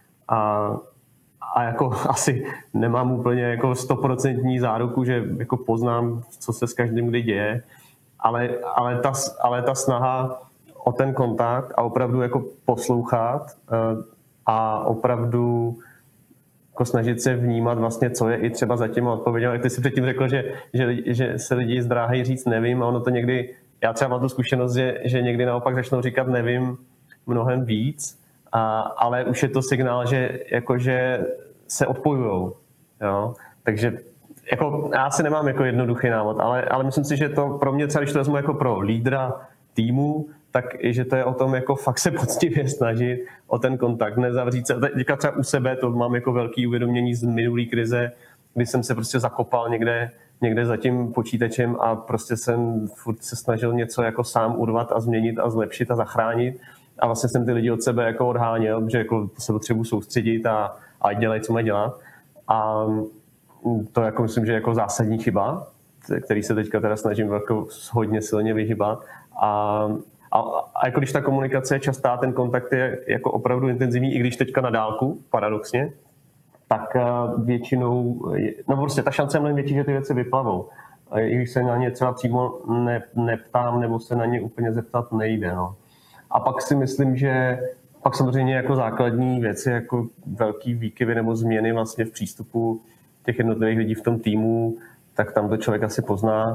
a jako asi nemám úplně jako 100% záruku, že jako poznám, co se s každým kdy děje, ale ta snaha o ten kontakt a opravdu jako poslouchat a opravdu jako snažit se vnímat vlastně, co je i třeba za těma odpověďmi. Jak ty si předtím řekl, že se lidi zdráhají říct nevím a ono to někdy, já třeba mám tu zkušenost, že někdy naopak začnou říkat nevím mnohem víc, ale už je to signál, že se odpojujou. Jo? Takže jako, já si nemám jako jednoduchý návod, ale myslím si, že to pro mě třeba, když to vezmu jako pro lídra týmu, tak že to je o tom jako fakt se poctivě snažit o ten kontakt, nezavřít se. Teďka třeba u sebe to mám jako velký uvědomění z minulý krize, kdy jsem se prostě zakopal někde za tím počítačem a prostě jsem furt se snažil něco jako sám urvat a změnit a zlepšit a zachránit. A vlastně jsem ty lidi od sebe jako odháněl, že jako se potřebuji soustředit a dělej, co mají dělat. A to jako myslím, že je jako zásadní chyba, který se teďka teda snažím jako hodně silně vyhýbat. A jako když ta komunikace je častá, ten kontakt je jako opravdu intenzivní, i když teďka na dálku, paradoxně, tak většinou, no prostě ta šance je mnohem větší, že ty věci vyplavou. A i když se na ně třeba přímo neptám, nebo se na ně úplně zeptat nejde. No. A pak si myslím, že pak samozřejmě jako základní věci, jako velký výkyvy nebo změny vlastně v přístupu těch jednotlivých lidí v tom týmu, tak tam to člověk asi pozná.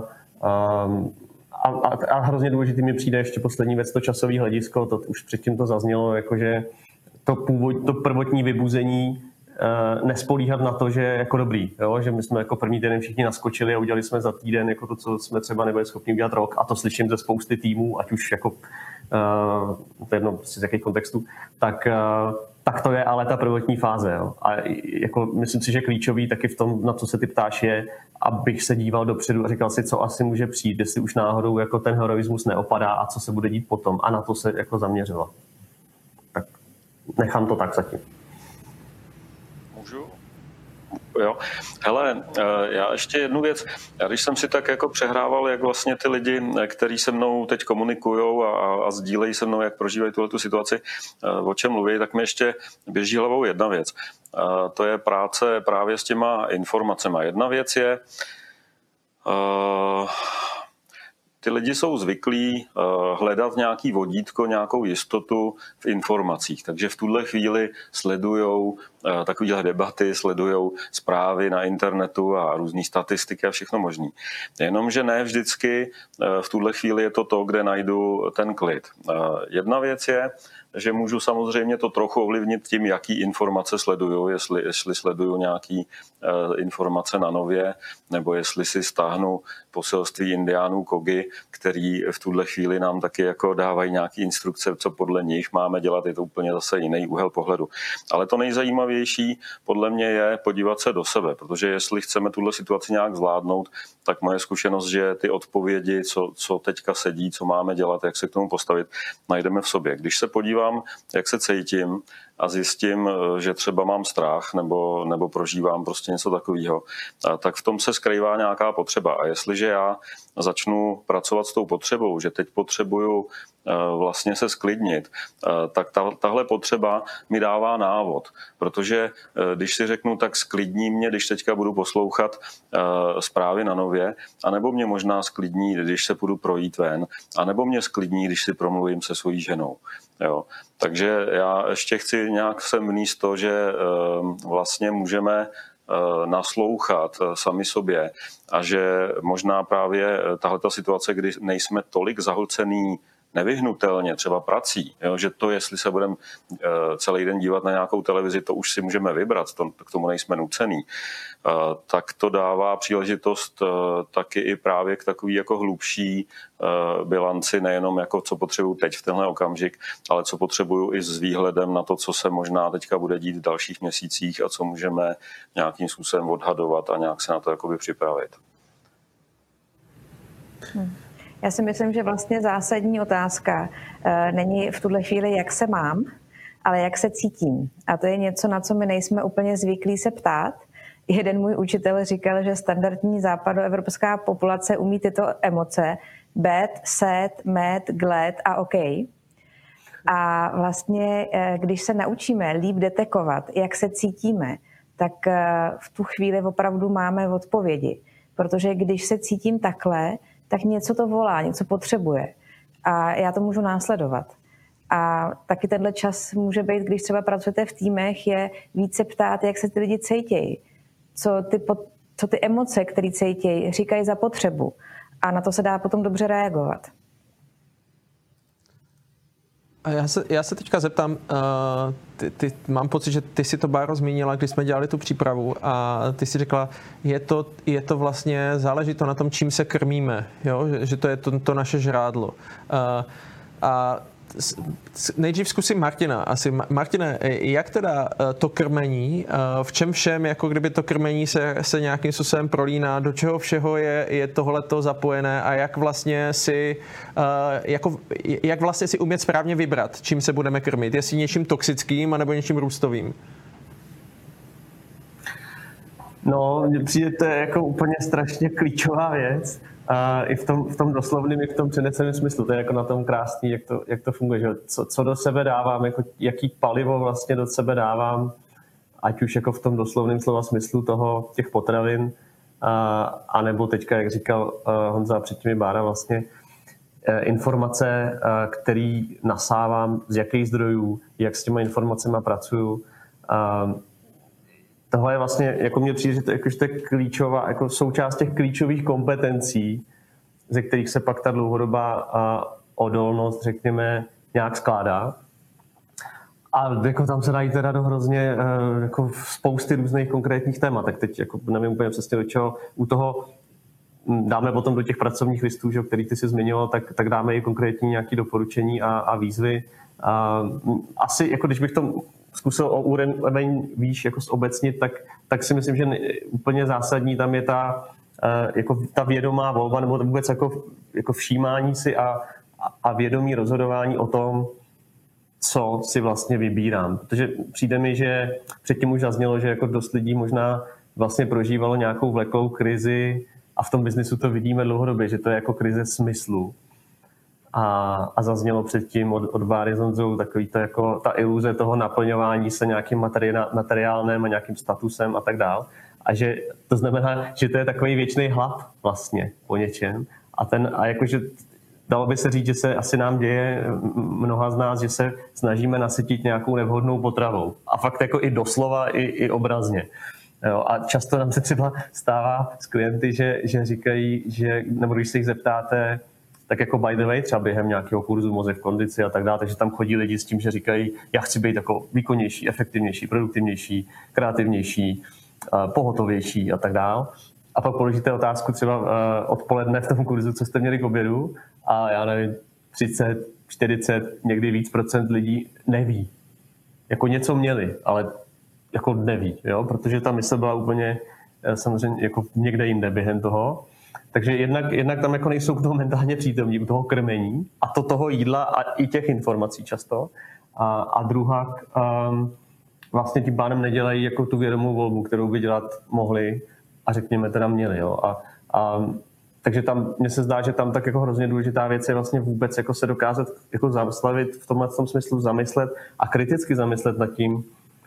A hrozně důležitý mi přijde ještě poslední věc, to časové hledisko, to už předtím to zaznělo, jakože to prvotní vybuzení nespolíhat na to, že je jako dobrý, jo? Že my jsme jako první týden všichni naskočili a udělali jsme za týden jako to, co jsme třeba nebyli schopni udělat rok, a to slyším ze spousty týmů, ať už jako to jedno prostě z jakých kontextů, tak to je ale ta prvotní fáze. Jo? A jako myslím si, že klíčový taky v tom, na co se ty ptáš, je, abych se díval dopředu a říkal si, co asi může přijít, jestli už náhodou jako ten heroismus neopadá a co se bude dít potom, a na to se jako zaměřilo. Tak nechám to tak zatím. Můžu? Jo. Hele, já ještě jednu věc. Já když jsem si tak jako přehrával, jak vlastně ty lidi, kteří se mnou teď komunikujou a sdílejí se mnou, jak prožívají tuhletu situaci, o čem mluví, tak mi ještě běží hlavou jedna věc. To je práce právě s těma informacemi. Jedna věc je, ty lidi jsou zvyklí hledat nějaký vodítko, nějakou jistotu v informacích. Takže v tuhle chvíli sledujou takovéhle debaty, sledujou zprávy na internetu a různé statistiky a všechno možné. Jenomže ne vždycky v tuhle chvíli je to, kde najdu ten klid. Jedna věc je, že můžu samozřejmě to trochu ovlivnit tím, jaký informace sleduju, jestli sleduju nějaký informace na Nově, nebo jestli si stáhnu poselství indiánů Kogi, který v tuhle chvíli nám taky jako dávají nějaké instrukce, co podle nich máme dělat, je to úplně zase jiný úhel pohledu. Ale to nejzajímavější podle mě je podívat se do sebe, protože jestli chceme tuhle situaci nějak zvládnout, tak moje zkušenost, že ty odpovědi, co teďka sedí, co máme dělat, jak se k tomu postavit, najdeme v sobě. Když se podívám, jak se cítím a zjistím, že třeba mám strach nebo prožívám prostě něco takového, tak v tom se skrývá nějaká potřeba. A jestliže já začnu pracovat s tou potřebou, že teď potřebuju vlastně se sklidnit, tak tahle potřeba mi dává návod. Protože když si řeknu, tak sklidní mě, když teďka budu poslouchat zprávy na Nově, anebo mě možná sklidní, když se půjdu projít ven, anebo mě sklidní, když si promluvím se svojí ženou. Jo. Takže já ještě chci nějak sem vníst to, že vlastně můžeme naslouchat sami sobě a že možná právě tahleta situace, kdy nejsme tolik zahlcený nevyhnutelně třeba prací, jo, že to, jestli se budeme celý den dívat na nějakou televizi, to už si můžeme vybrat, k tomu nejsme nucený, tak to dává příležitost taky i právě k takový jako hlubší bilanci, nejenom jako co potřebuju teď v tenhle okamžik, ale co potřebuju i s výhledem na to, co se možná teďka bude dít v dalších měsících a co můžeme nějakým způsobem odhadovat a nějak se na to jakoby připravit. Já si myslím, že vlastně zásadní otázka není v tuhle chvíli, jak se mám, ale jak se cítím. A to je něco, na co my nejsme úplně zvyklí se ptát. Jeden můj učitel říkal, že standardní západoevropská populace umí tyto emoce bad, sad, mad, glad a OK. A vlastně, když se naučíme líp detekovat, jak se cítíme, tak v tu chvíli opravdu máme odpovědi. Protože když se cítím takhle, tak něco to volá, něco potřebuje. A já to můžu následovat. A taky tenhle čas může být, když třeba pracujete v týmech, je více ptát, jak se ty lidi cítějí. Co ty emoce, které cítějí, říkají za potřebu. A na to se dá potom dobře reagovat. A já se teďka zeptám, mám pocit, že ty si to, Báro, zmínila, když jsme dělali tu přípravu a ty si řekla, je to vlastně, záleží to na tom, čím se krmíme, jo? Že to je to naše žrádlo. A nejdřív zkusím Martina. Martine, jak teda to krmení, v čem všem, jako kdyby to krmení se nějakým způsobem prolíná, do čeho všeho je tohleto zapojené a jak vlastně si umět správně vybrat, čím se budeme krmit, jestli něčím toxickým anebo něčím růstovým? No, mně přijde, to je jako úplně strašně klíčová věc. I v tom doslovném, i v tom přeneseném smyslu. To je jako na tom krásný, jak to funguje. Že? Co do sebe dávám, jako jaký palivo vlastně do sebe dávám, ať už jako v tom doslovném slova smyslu těch potravin, anebo teďka, jak říkal Honza, předtím i Bára, vlastně informace, které nasávám, z jakých zdrojů, jak s těma informacemi pracuju. Tohle je vlastně, jako mě přijde, že to je klíčová, jako součást těch klíčových kompetencí, ze kterých se pak ta dlouhodobá odolnost, řekněme, nějak skládá. A jako tam se dají teda do hrozně jako spousty různých konkrétních témat. Tak teď jako nevím úplně přesně do čeho. U toho dáme potom do těch pracovních listů, že, který ty jsi zmiňoval, tak dáme i konkrétní nějaké doporučení a výzvy. Asi, jako když bych to zkusil o úroveň výš jako obecnit, tak si myslím, že úplně zásadní tam je ta vědomá volba, nebo vůbec jako všímání si a vědomí rozhodování o tom, co si vlastně vybírám. Protože přijde mi, že předtím už zaznělo, že jako dost lidí možná vlastně prožívalo nějakou vleklou krizi a v tom biznisu to vidíme dlouhodobě, že to je jako krize smyslu. A zaznělo předtím od Báry s Honzou takový to jako ta iluze toho naplňování se nějakým materiálem a nějakým statusem a tak dál. A že to znamená, že to je takový věčný hlad vlastně po něčem. A jakože dalo by se říct, že se asi nám děje mnoha z nás, že se snažíme nasytit nějakou nevhodnou potravou. A fakt jako i doslova, i obrazně. Jo, a často nám se třeba stává s klienty, že říkají, že, nebo když se jich zeptáte, tak jako by the way, třeba během nějakého kurzu mozek v kondici a tak dále, takže tam chodí lidi s tím, že říkají, já chci být jako výkonnější, efektivnější, produktivnější, kreativnější, pohotovější a tak dále. A pak položíte otázku třeba odpoledne v tom kurzu, co jste měli k obědu a já nevím, 30, 40, někdy víc procent lidí neví. Jako něco měli, ale jako neví, jo? Protože ta mysl byla úplně samozřejmě jako někde jinde během toho. Takže jednak tam jako nejsou k tomu mentálně přítomní, u toho krmení a toho jídla a i těch informací často. A druhá vlastně tím pádem nedělají jako tu vědomou volbu, kterou by dělat mohli a řekněme teda měli. Jo? Takže tam mně se zdá, že tam tak jako hrozně důležitá věc je vlastně vůbec jako se dokázat jako zastavit v tomhle smyslu, zamyslet a kriticky zamyslet nad tím,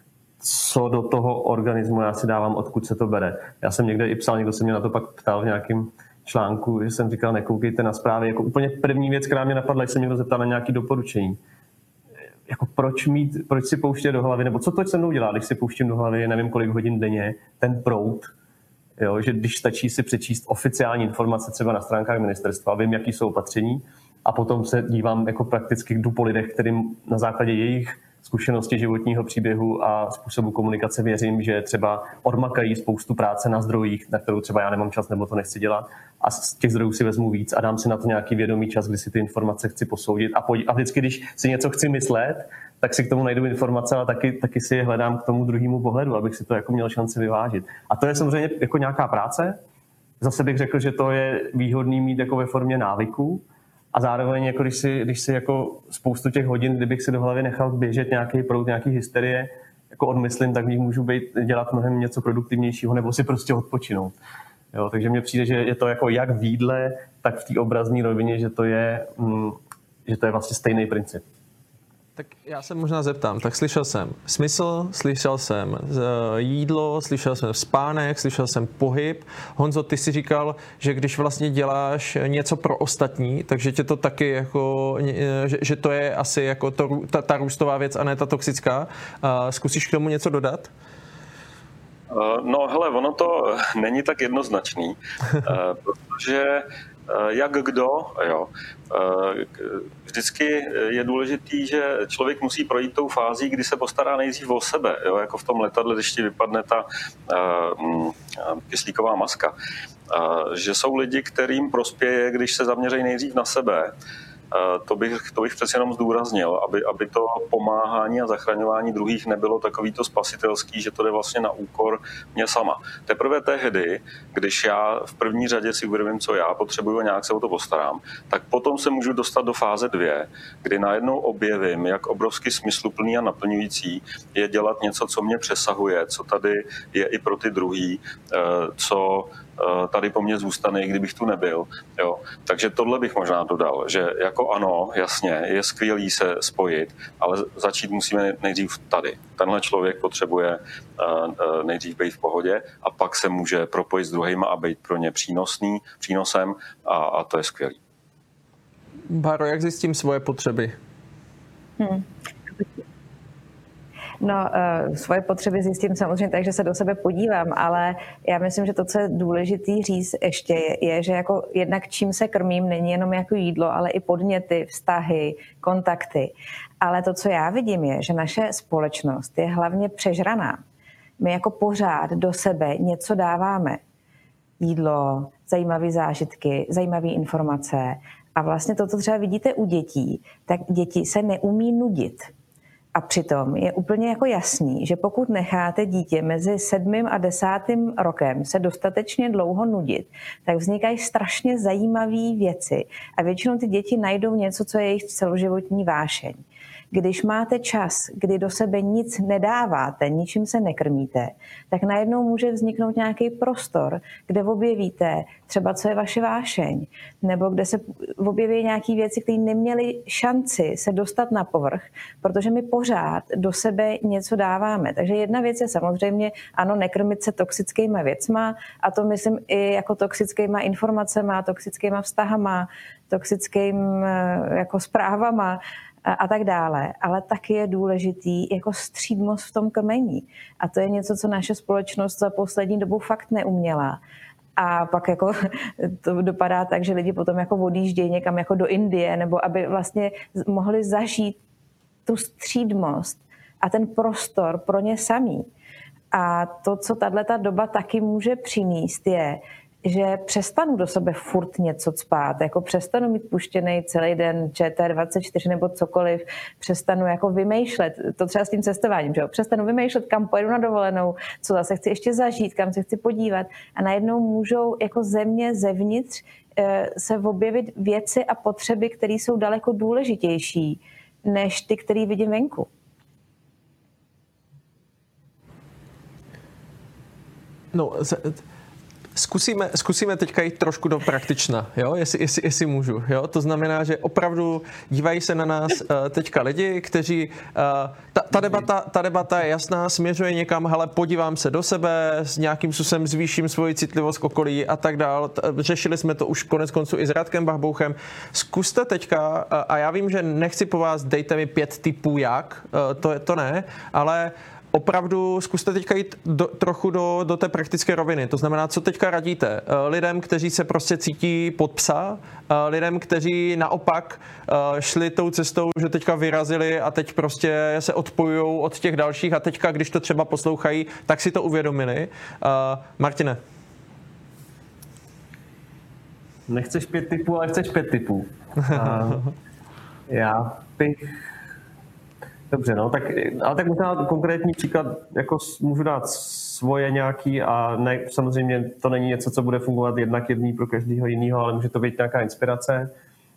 co do toho organismu já si dávám, odkud se to bere. Já jsem někde i psal, někdo se mě na to pak ptal v nějakém článku, že jsem říkal, nekoukejte na zprávy. Jako úplně první věc, která mě napadla, když se někdo zeptal na nějaké doporučení. Jako proč si pouštět do hlavy, nebo co to se mnou dělá, když si pouštím do hlavy, nevím kolik hodin denně, ten proud, jo, že když stačí si přečíst oficiální informace třeba na stránkách ministerstva, vím, jaký jsou opatření a potom se dívám jako prakticky jdu po lidech, kterým na základě jejich zkušenosti životního příběhu a způsobu komunikace věřím, že třeba odmakají spoustu práce na zdrojích, na kterou třeba já nemám čas nebo to nechci dělat a z těch zdrojů si vezmu víc a dám si na to nějaký vědomý čas, kdy si ty informace chci posoudit a vždycky, když si něco chci myslet, tak si k tomu najdu informace, ale taky si je hledám k tomu druhému pohledu, abych si to jako měl šanci vyvážit. A to je samozřejmě jako nějaká práce. Zase bych řekl, že to je výhodný mít jako ve formě návyků. A zároveň, jako když si jako spoustu těch hodin, kdybych si do hlavy nechal běžet nějaký proud, nějaký hysterie, jako odmyslím, tak v nich můžu dělat mnohem něco produktivnějšího nebo si prostě odpočinout. Jo, takže mně přijde, že je to jako jak v jídle, tak v té obrazní rovině, že to je vlastně stejný princip. Tak já se možná zeptám, tak slyšel jsem smysl, slyšel jsem jídlo, slyšel jsem spánek, slyšel jsem pohyb. Honzo, ty si říkal, že když vlastně děláš něco pro ostatní, takže tě to taky jako, že to je asi jako ta růstová věc a ne ta toxická. Zkusíš k tomu něco dodat? No hele, ono to není tak jednoznačný, protože jak kdo, jo. Vždycky je důležitý, že člověk musí projít tou fází, kdy se postará nejdřív o sebe, jo, jako v tom letadle, když ti vypadne ta kyslíková maska. Že jsou lidi, kterým prospěje, když se zaměří nejdřív na sebe. To bych přeci jenom zdůraznil, aby to pomáhání a zachraňování druhých nebylo takový to spasitelský, že to jde vlastně na úkor mě sama. Teprve tehdy, když já v první řadě si uvědomím, co já potřebuju a nějak se o to postarám, tak potom se můžu dostat do fáze 2, kdy najednou objevím, jak obrovsky smysluplný a naplňující je dělat něco, co mě přesahuje, co tady je i pro ty druhý, co tady po mně zůstane, i kdybych tu nebyl. Jo. Takže tohle bych možná dodal, že jako ano, jasně, je skvělý se spojit, ale začít musíme nejdřív tady. Tenhle člověk potřebuje nejdřív být v pohodě a pak se může propojit s druhýma a být pro ně přínosem a to je skvělý. Báro, jak zjistím svoje potřeby? No, svoje potřeby zjistím samozřejmě tak, že se do sebe podívám, ale já myslím, že to, co je důležitý říct ještě je, že jako jednak čím se krmím, není jenom jako jídlo, ale i podněty, vztahy, kontakty. Ale to, co já vidím, je, že naše společnost je hlavně přežraná. My jako pořád do sebe něco dáváme. Jídlo, zajímavé zážitky, zajímavé informace. A vlastně to, co třeba vidíte u dětí, tak děti se neumí nudit. A přitom je úplně jako jasný, že pokud necháte dítě mezi 7. a 10. rokem se dostatečně dlouho nudit, tak vznikají strašně zajímavé věci a většinou ty děti najdou něco, co je jejich celoživotní vášeň. Když máte čas, kdy do sebe nic nedáváte, ničím se nekrmíte, tak najednou může vzniknout nějaký prostor, kde objevíte třeba, co je vaše vášeň, nebo kde se objeví nějaké věci, které neměly šanci se dostat na povrch, protože my pořád do sebe něco dáváme. Takže jedna věc je samozřejmě, ano, nekrmit se toxickýma věcma, a to myslím i jako toxickýma informacema, toxickýma vztahama, toxickým jako zprávama a tak dále. Ale taky je důležitý jako střídmost v tom krmení. A to je něco, co naše společnost za poslední dobu fakt neuměla. A pak jako to dopadá tak, že lidi potom jako odjíždějí někam jako do Indie, nebo aby vlastně mohli zažít tu střídmost a ten prostor pro ně samý. A to, co tato doba taky může přinést, je, že přestanu do sebe furt něco cpát, jako přestanu mít puštěnej celý den ČT24 nebo cokoliv, přestanu jako vymýšlet, to třeba s tím cestováním, že jo? Přestanu vymýšlet, kam pojedu na dovolenou, co zase chci ještě zažít, kam se chci podívat, a najednou můžou jako země zevnitř se objevit věci a potřeby, které jsou daleko důležitější než ty, které vidím venku. No, zkusíme teďka jít trošku do praktična, jo? Jestli můžu. Jo? To znamená, že opravdu dívají se na nás teďka lidi, kteří... Ta debata je jasná, směřuje někam, hele, podívám se do sebe, s nějakým způsobem zvýším svoji citlivost k okolí a tak dál. Řešili jsme to už konec konců i s Radkem Bachbouchem. Zkuste teďka, a já vím, že nechci po vás, dejte mi 5 tipů jak, to ne, ale... Opravdu zkuste teďka jít trochu do té praktické roviny. To znamená, co teďka radíte lidem, kteří se prostě cítí pod psa, lidem, kteří naopak šli tou cestou, že teďka vyrazili a teď prostě se odpojujou od těch dalších a teďka, když to třeba poslouchají, tak si to uvědomili. Martine. Nechceš 5 tipů, ale chceš 5 tipů. Já bych... Dobře, no, ale tak možná konkrétní příklad, jako můžu dát svoje nějaký, a ne, samozřejmě to není něco, co bude fungovat jednak jedný pro každého jiného, ale může to být nějaká inspirace.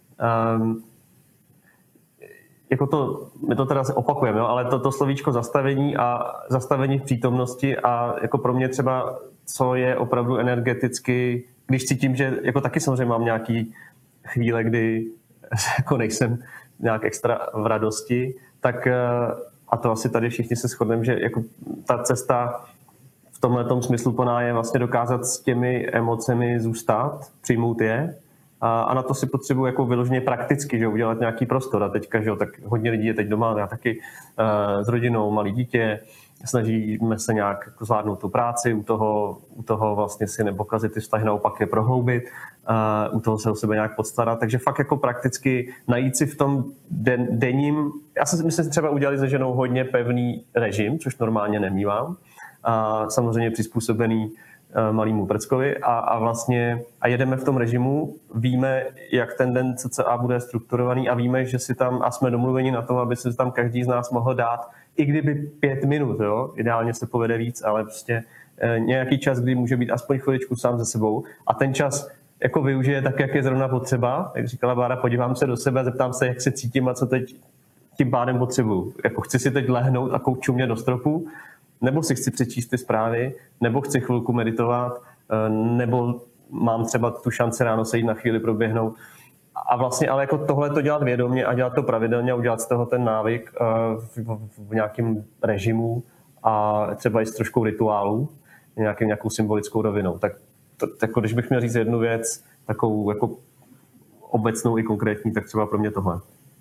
Jako to, my to teda opakujeme, jo, ale to slovíčko zastavení v přítomnosti, a jako pro mě třeba, co je opravdu energeticky, když cítím, že jako taky samozřejmě mám nějaký chvíle, kdy jako nejsem nějak extra v radosti, tak, a to asi tady všichni se shodneme, že jako ta cesta v tomhletom smyslu plná je vlastně dokázat s těmi emocemi zůstat, přijmout je, a na to si potřebuji jako vyloženě prakticky, že udělat nějaký prostor. A teďka, že tak hodně lidí je teď doma, já taky s rodinou, malý dítě, snažíme se nějak jako zvládnout tu práci, u toho vlastně si nepokazit ty vztahy, naopak je prohloubit, u toho se o sebe nějak podstarat. Takže fakt jako prakticky najít si v tom denním, já si myslím, že třeba udělali se ženou hodně pevný režim, což normálně nemívám, a samozřejmě přizpůsobený malýmu prckovi, a jedeme v tom režimu, víme, jak ten den cca bude strukturovaný, a víme, že si tam, a jsme domluveni na tom, aby si tam každý z nás mohl dát, i kdyby 5 minut, jo, ideálně se povede víc, ale prostě nějaký čas, kdy může být aspoň chviličku sám se sebou, a ten čas jako využije tak, jak je zrovna potřeba. Jak říkala Bára, podívám se do sebe a zeptám se, jak se cítím a co teď tím pádem potřebuju. Jako chci si teď lehnout a kouču mě do stropu, nebo si chci přečíst ty zprávy, nebo chci chvilku meditovat, nebo mám třeba tu šanci ráno se jít na chvíli proběhnout. A vlastně ale jako tohle to dělat vědomě a dělat to pravidelně a udělat z toho ten návyk v nějakém režimu a třeba i s troškou rituálu, nějakou symbolickou rovinou. Tak jako když bych měl říct jednu věc, takovou jako obecnou i konkrétní, tak třeba pro mě tohle.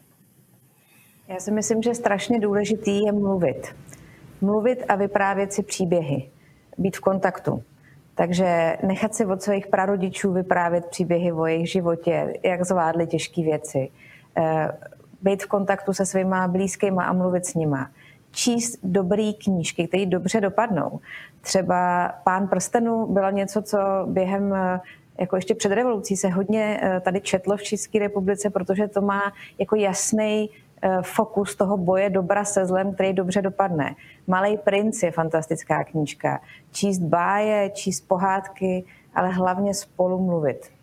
Já si myslím, že strašně důležitý je mluvit. Mluvit a vyprávět si příběhy. Být v kontaktu. Takže nechat si od svých prarodičů vyprávět příběhy o jejich životě, jak zvládli těžké věci. Být v kontaktu se svýma blízkýma a mluvit s nima. Číst dobré knížky, které dobře dopadnou. Třeba Pán prstenů bylo něco, co během, jako ještě před revolucí, se hodně tady četlo v České republice, protože to má jako jasný fokus toho boje dobra se zlem, který dobře dopadne. Malej princ je fantastická knížka. Číst báje, číst pohádky, ale hlavně spolu mluvit.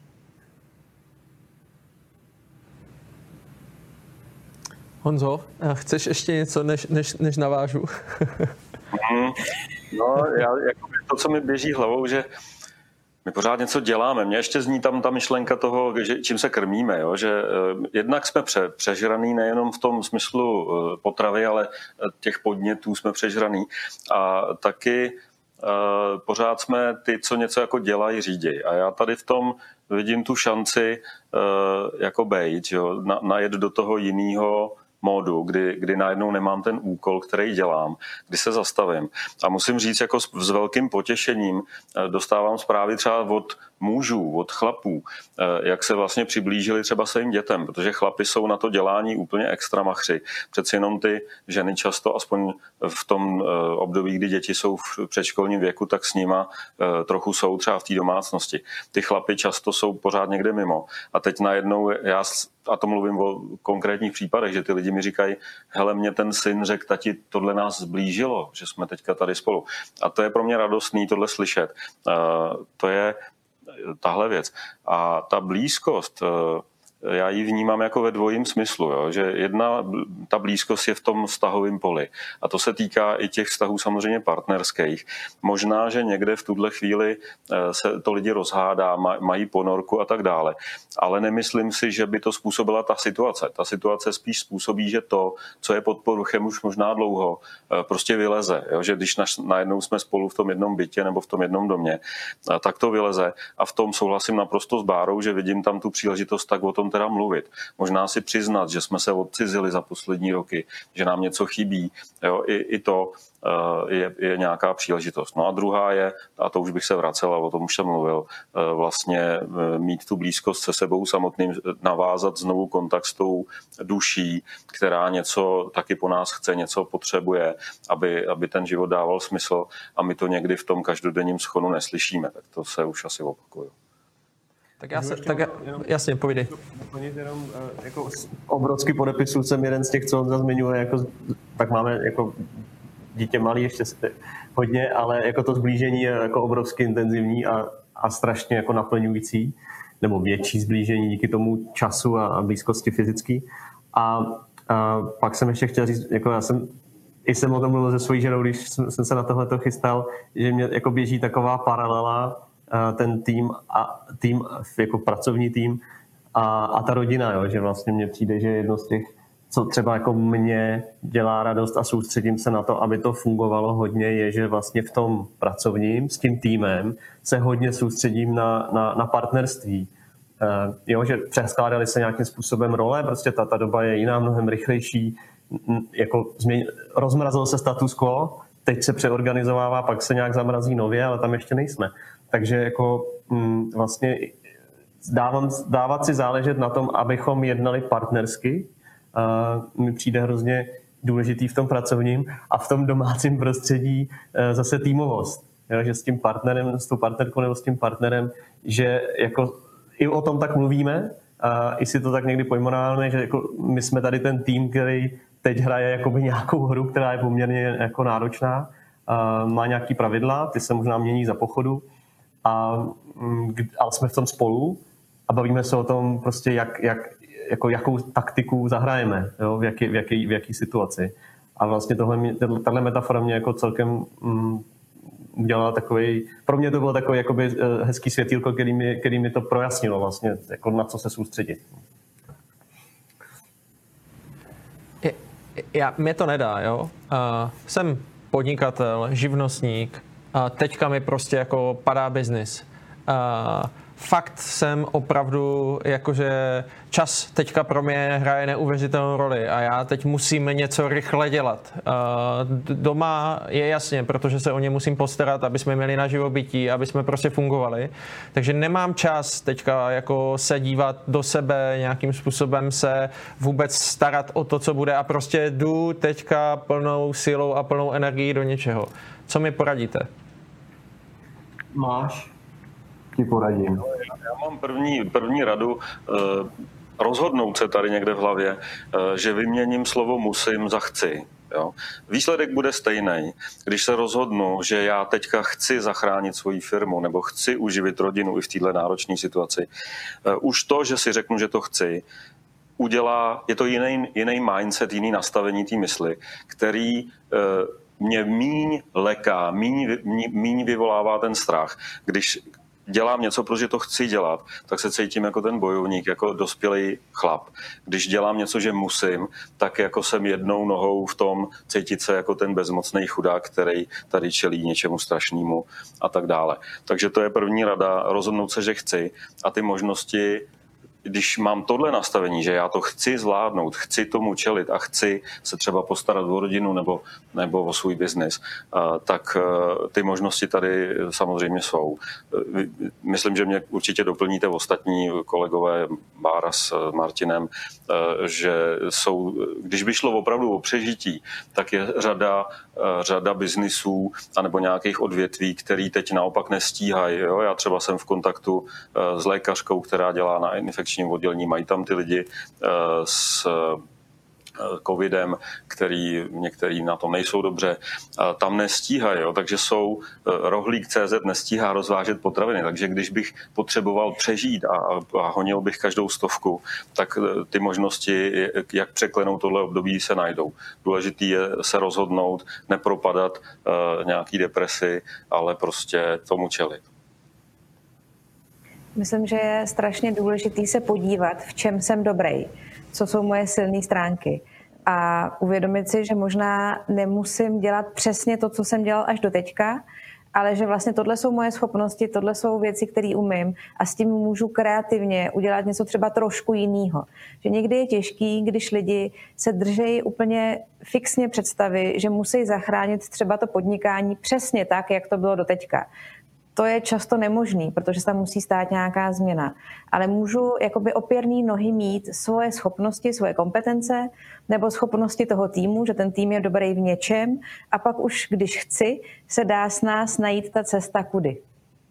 Honzo, chceš ještě něco, než navážu? No, jako to, co mi běží hlavou, že my pořád něco děláme. Mně ještě zní tam ta myšlenka toho, že čím se krmíme, jo? Že jednak jsme přežraný nejenom v tom smyslu potravy, ale těch podnětů jsme přežraný. A taky pořád jsme ty, co něco jako dělají, řídějí. A já tady v tom vidím tu šanci jako bejt, jo? Najet do toho jiného módu, kdy najednou nemám ten úkol, který dělám, kdy se zastavím. A musím říct, jako s velkým potěšením dostávám zprávy třeba od mužů, od chlapů, jak se vlastně přiblížili třeba svým dětem, protože chlapi jsou na to dělání úplně extra machři. Přeci jenom ty ženy často, aspoň v tom období, kdy děti jsou v předškolním věku, tak s nima trochu jsou třeba v té domácnosti. Ty chlapi často jsou pořád někde mimo. A teď najednou a to mluvím o konkrétních případech, že ty lidi mi říkají, hele, mě ten syn řekl, tati, tohle nás zblížilo, že jsme teďka tady spolu. A to je pro mě radostný tohle slyšet. To je tahle věc. A ta blízkost, já ji vnímám jako ve dvojím smyslu, jo? Že ta blízkost je v tom vztahovém poli. A to se týká i těch vztahů samozřejmě partnerských. Možná, že někde v tuhle chvíli se to lidi rozhádá, mají ponorku a tak dále. Ale nemyslím si, že by to způsobila ta situace. Ta situace spíš způsobí, že to, co je pod povrchem už možná dlouho, prostě vyleze. Jo? Že když najednou jsme spolu v tom jednom bytě nebo v tom jednom domě, tak to vyleze. A v tom souhlasím naprosto s Bárou, že vidím tam tu příležitost tak o tom teda mluvit. Možná si přiznat, že jsme se odcizili za poslední roky, že nám něco chybí. Jo? I to je nějaká příležitost. No a druhá je, a to už bych se vracel, a o tom už jsem mluvil, vlastně mít tu blízkost se sebou samotným, navázat znovu kontakt s tou duší, která něco taky po nás chce, něco potřebuje, aby ten život dával smysl, a my to někdy v tom každodenním schonu neslyšíme. Tak to se už asi opakuju. Jasně, povídej. Jenom, jako obrovský podepisuju jsem jeden z těch, co on zmiňuje, jako, tak máme jako dítě malý ještě hodně, ale jako to zblížení je jako obrovsky intenzivní a strašně jako naplňující, nebo větší zblížení díky tomu času a blízkosti fyzický. A pak jsem ještě chtěl říct, jako já jsem o tom mluvil se svojí ženou, když jsem se na tohleto chystal, že mě jako běží taková paralela, ten tým jako pracovní tým a ta rodina, jo, že vlastně mně přijde, že jedno z těch, co třeba jako mě dělá radost a soustředím se na to, aby to fungovalo hodně, je, že vlastně v tom pracovním s tím týmem se hodně soustředím na partnerství. Jo, že přeskládali se nějakým způsobem role, prostě ta doba je jiná, mnohem rychlejší, jako rozmrazil se status quo, teď se přeorganizovává, pak se nějak zamrazí nově, ale tam ještě nejsme. Takže jako vlastně dávat si záležet na tom, abychom jednali partnersky, mi přijde hrozně důležitý v tom pracovním a v tom domácím prostředí zase týmovost. Jo, že s tím partnerem, s tou partnerkou nebo s tím partnerem, že jako i o tom tak mluvíme, i si to tak někdy pojmenujeme, že jako my jsme tady ten tým, který teď hraje jakoby nějakou hru, která je poměrně jako náročná, má nějaký pravidla, ty se možná mění za pochodu, ale jsme v tom spolu a bavíme se o tom prostě, jakou taktiku zahrajeme, jo, v jaký situaci. A vlastně tahle metafora mě jako celkem udělala takový, pro mě to bylo takový jakoby hezký světýlko, který mi to projasnilo vlastně, jako na co se soustředit. Mě to nedá, jo. Jsem podnikatel, živnostník, teďka mi prostě jako padá biznis. Fakt jsem opravdu, jakože čas teďka pro mě hraje neuvěřitelnou roli a já teď musím něco rychle dělat. Doma je jasně, protože se o ně musím postarat, aby jsme měli na živobytí, aby jsme prostě fungovali. Takže nemám čas teďka jako se dívat do sebe, nějakým způsobem se vůbec starat o to, co bude a prostě jdu teďka plnou silou a plnou energií do něčeho. Co mi poradíte? Máš? Ti poradím. Já mám první radu rozhodnout se tady někde v hlavě, že vyměním slovo musím za chci. Jo? Výsledek bude stejný. Když se rozhodnu, že já teďka chci zachránit svoji firmu nebo chci uživit rodinu i v této náročné situaci, už to, že si řeknu, že to chci, je to jiný mindset, jiný nastavení té mysli, který mě míň leká, míň vyvolává ten strach. Když dělám něco, protože to chci dělat, tak se cítím jako ten bojovník, jako dospělý chlap. Když dělám něco, že musím, tak jako jsem jednou nohou v tom cítit se jako ten bezmocný chudák, který tady čelí něčemu strašnému a tak dále. Takže to je první rada, rozhodnout se, že chci a ty možnosti, když mám tohle nastavení, že já to chci zvládnout, chci tomu čelit a chci se třeba postarat o rodinu nebo o svůj biznis, tak ty možnosti tady samozřejmě jsou. Myslím, že mě určitě doplníte ostatní kolegové Bára s Martinem, že jsou, když by šlo opravdu o přežití, tak je řada biznisů anebo nějakých odvětví, který teď naopak nestíhají. Jo? Já třeba jsem v kontaktu s lékařkou, která dělá na infekčním oddělení, mají tam ty lidi s covidem, některý na tom nejsou dobře, tam nestíhají, jo? Takže Rohlík.cz nestíhá rozvážet potraviny, takže když bych potřeboval přežít a honil bych každou 100, tak ty možnosti, jak překlenout tohle období, se najdou. Důležitý je se rozhodnout, nepropadat nějaký depresi, ale prostě tomu čelit. Myslím, že je strašně důležitý se podívat, v čem jsem dobrý, co jsou moje silné stránky a uvědomit si, že možná nemusím dělat přesně to, co jsem dělal až do teďka, ale že vlastně tohle jsou moje schopnosti, tohle jsou věci, které umím a s tím můžu kreativně udělat něco třeba trošku jinýho. Že někdy je těžký, když lidi se držejí úplně fixně představy, že musí zachránit třeba to podnikání přesně tak, jak to bylo do teďka. To je často nemožný, protože se tam musí stát nějaká změna. Ale můžu jakoby opěrný nohy mít svoje schopnosti, svoje kompetence nebo schopnosti toho týmu, že ten tým je dobrý v něčem a pak už, když chci, se dá s nás najít ta cesta kudy.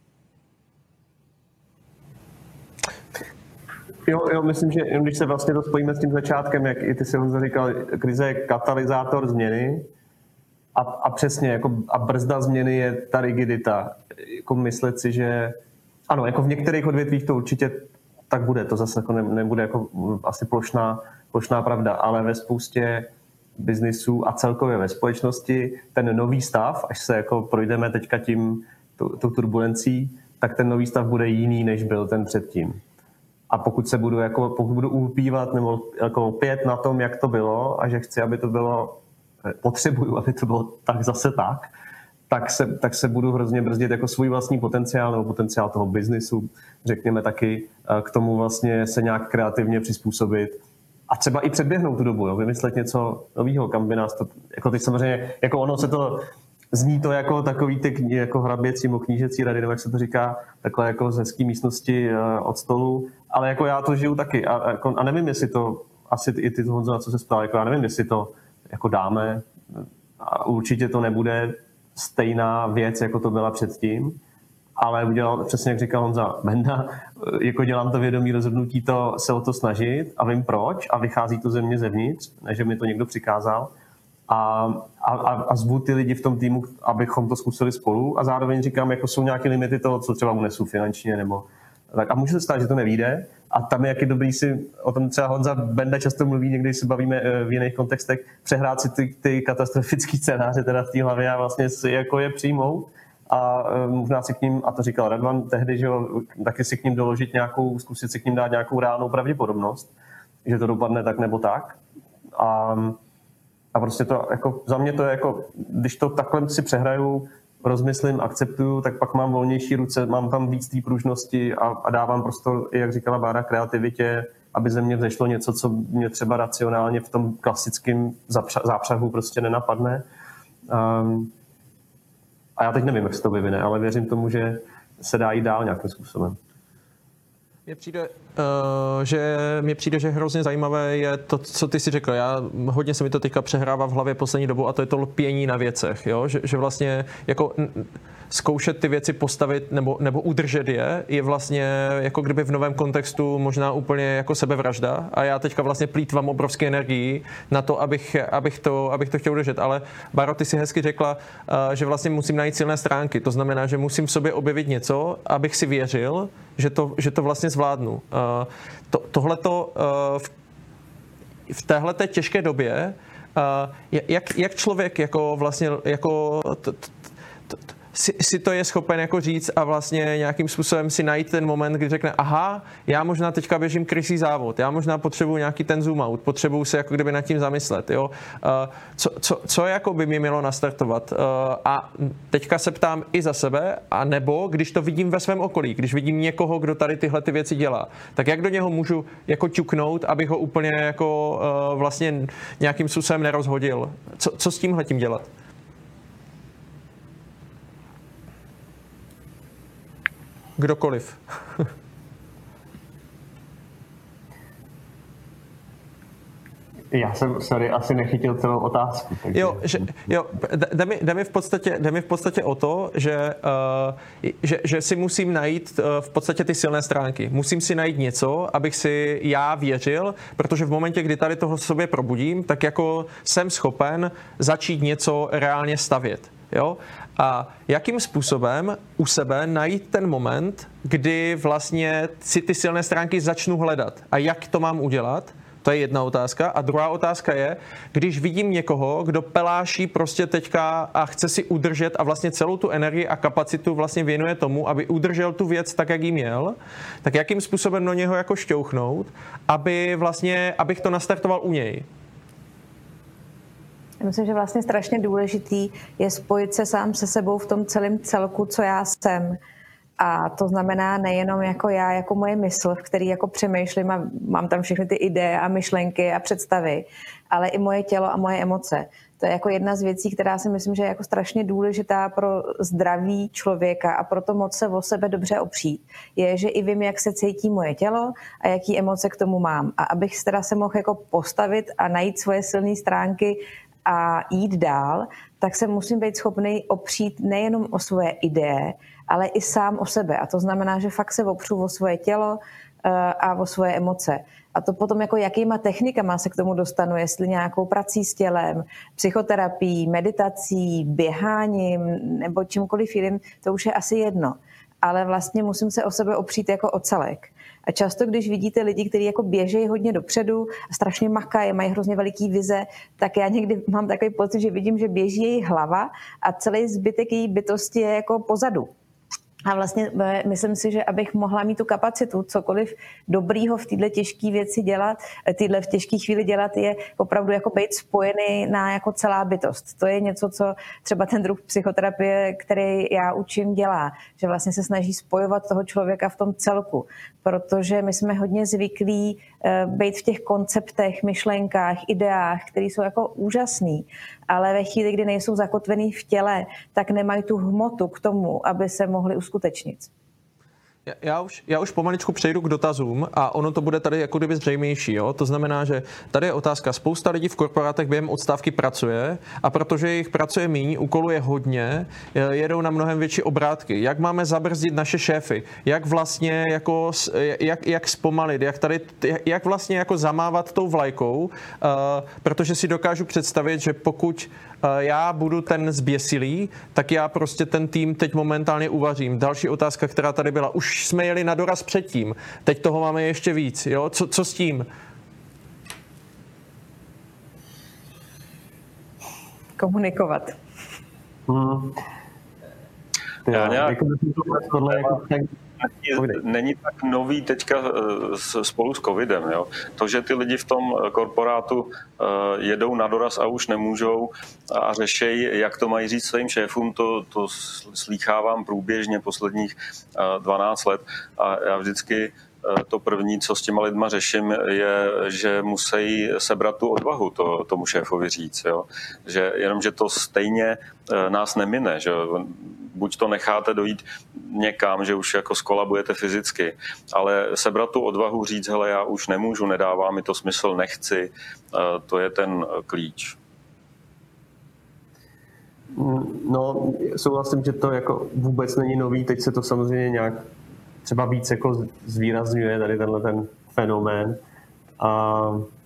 Jo, myslím, že když se vlastně to spojíme s tím začátkem, jak i ty si Honzo říkal, krize je katalyzátor změny a přesně, jako, a brzda změny je ta rigidita. Jako myslet si, že ano, jako v některých odvětvích to určitě tak bude, to zase jako nebude jako asi plošná pravda, ale ve spoustě biznisů a celkově ve společnosti ten nový stav, až se jako projdeme teďka tou turbulencí, tak ten nový stav bude jiný, než byl ten předtím. A pokud budu ulpívat nebo jako opět na tom, jak to bylo a že chci, aby to bylo, potřebuju, aby to bylo tak zase tak se budu hrozně brzdit jako svůj vlastní potenciál nebo potenciál toho biznisu, řekněme taky k tomu vlastně se nějak kreativně přizpůsobit a třeba i předběhnout tu dobu, jo, vymyslet něco nového, kam by nás to, jako teď samozřejmě, jako ono se to, zní to jako takový ty jako hraběcí nebo knížecí rady, nebo jak se to říká, takhle jako z hezký místnosti od stolu, ale jako já to žiju taky a nevím, jestli to, asi i ty Honzo, na co se ptal, jako já nevím, jestli to jako dáme a určitě to nebude stejná věc, jako to byla předtím, ale udělal, přesně jak říkal Honza Benda, jako dělám to vědomí rozhodnutí se o to snažit a vím proč a vychází to ze mě zevnitř, než mi to někdo přikázal a zvu ty lidi v tom týmu, abychom to zkusili spolu a zároveň říkám, jako jsou nějaké limity toho, co třeba unesu finančně nebo tak a může se stát, že to nevyjde a tam je jak je dobrý si, o tom třeba Honza Benda často mluví, někdy se bavíme v jiných kontextech, přehrát si ty katastrofické scénáře teda v té hlavě a vlastně si jako je přijmout a možná si k ním, a to říkal Radvan tehdy, že taky si k ním doložit zkusit si k ním dát nějakou reálnou pravděpodobnost, že to dopadne tak nebo tak a prostě to jako, za mě to je jako, když to takhle si přehraju, rozmyslím, akceptuju, tak pak mám volnější ruce, mám tam víc té pružnosti a dávám prostor, jak říkala Bára, kreativitě, aby ze mě vzešlo něco, co mě třeba racionálně v tom klasickém zápřahu prostě nenapadne. A já teď nevím, jak se to vyvine, ale věřím tomu, že se dá jít dál nějakým způsobem. Mně přijde, že hrozně zajímavé je to, co ty si řekl. Hodně se mi to teďka přehrává v hlavě poslední dobu a to je to lpění na věcech. Jo? Že vlastně jako zkoušet ty věci postavit nebo udržet je vlastně jako kdyby v novém kontextu možná úplně jako sebevražda a já teďka vlastně plýtvám obrovské energii na to, abych to chtěl udržet. Ale Báro, ty si hezky řekla, že vlastně musím najít silné stránky. To znamená, že musím v sobě objevit něco, abych si věřil, že to vlastně zvládnu. Tohleto v téhleté těžké době, jak člověk jako vlastně jako si to je schopen jako říct a vlastně nějakým způsobem si najít ten moment, kdy řekne, aha, já možná teďka běžím krysý závod, já možná potřebuji nějaký ten zoom out, potřebuji se jako kdyby nad tím zamyslet, jo. Co jako by mi mělo nastartovat? A teďka se ptám i za sebe, a nebo když to vidím ve svém okolí, když vidím někoho, kdo tady tyhle ty věci dělá, tak jak do něho můžu jako ťuknout, abych ho úplně jako vlastně nějakým způsobem nerozhodil? Co s tímhletím dělat? Kdokoliv. Já jsem, sorry, asi nechytil celou otázku. Takže... Jde mi v podstatě o to, že si musím najít v podstatě ty silné stránky. Musím si najít něco, abych si já věřil, protože v momentě, kdy tady toho sobě probudím, tak jako jsem schopen začít něco reálně stavět. Jo? A jakým způsobem u sebe najít ten moment, kdy vlastně si ty silné stránky začnu hledat a jak to mám udělat? To je jedna otázka. A druhá otázka je, když vidím někoho, kdo peláší prostě teďka a chce si udržet a vlastně celou tu energii a kapacitu vlastně věnuje tomu, aby udržel tu věc tak, jak jí měl, tak jakým způsobem do něho jako šťouchnout, abych to nastartoval u něj? Já myslím, že vlastně strašně důležitý je spojit se sám se sebou v tom celém celku, co já jsem. A to znamená nejenom jako já, jako moje mysl, v který jako přemýšlím a mám tam všechny ty ideje a myšlenky a představy, ale i moje tělo a moje emoce. To je jako jedna z věcí, která si myslím, že je jako strašně důležitá pro zdraví člověka a proto moc se o sebe dobře opřít. Je, že i vím, jak se cítí moje tělo a jaký emoce k tomu mám. A abych teda se mohl jako postavit a najít svoje silné stránky a jít dál, tak se musím být schopný opřít nejenom o svoje ideje, ale i sám o sebe. A to znamená, že fakt se opřu o svoje tělo a o svoje emoce. A to potom jako jakýma technikama se k tomu dostanu, jestli nějakou prací s tělem, psychoterapií, meditací, běháním nebo čímkoliv jiným, to už je asi jedno. Ale vlastně musím se o sebe opřít jako o celek. A často, když vidíte lidi, kteří jako běžejí hodně dopředu a strašně makají, mají hrozně veliký vize, tak já někdy mám takový pocit, že vidím, že běží její hlava a celý zbytek její bytosti je jako pozadu. A vlastně myslím si, že abych mohla mít tu kapacitu cokoliv dobrýho v této těžké věci dělat, v těžké chvíli dělat, je opravdu jako být spojený na jako celá bytost. To je něco, co třeba ten druh psychoterapie, který já učím, dělá. Že vlastně se snaží spojovat toho člověka v tom celku. Protože my jsme hodně zvyklí být v těch konceptech, myšlenkách, ideách, které jsou jako úžasný, ale ve chvíli, kdy nejsou zakotvený v těle, tak nemají tu hmotu k tomu, aby se mohli uskutečnit. Já už pomaličku přejdu k dotazům a ono to bude tady jako kdyby zřejmější. Jo? To znamená, že tady je otázka, spousta lidí v korporátech během odstávky pracuje a protože jich pracuje míň, úkolů je hodně, jedou na mnohem větší obrátky. Jak máme zabrzdit naše šéfy? Jak vlastně jako, jak zpomalit? Jak vlastně jako zamávat tou vlajkou? Protože si dokážu představit, že pokud já budu ten zběsilý, tak já prostě ten tým teď momentálně uvařím. Další otázka, která tady byla. Už jsme jeli na doraz předtím. Teď toho máme ještě víc. Jo? Co s tím? Komunikovat. Není tak nový teďka spolu s covidem. Jo? To, že ty lidi v tom korporátu jedou na doraz a už nemůžou a řešejí, jak to mají říct svým šéfům, to slýchávám průběžně posledních 12 let a já vždycky to první, co s těma lidma řeším, je, že musí sebrat tu odvahu tomu šéfovi říct. Jo? Jenomže to stejně nás nemine. Že? Buď to necháte dojít někam, že už jako skolabujete fyzicky, ale sebrat tu odvahu říct, hele, já už nemůžu, nedává mi to smysl, nechci, to je ten klíč. No, souhlasím, že to jako vůbec není nový, teď se to samozřejmě nějak třeba víc jako zvýrazňuje tady tenhle ten fenomén. A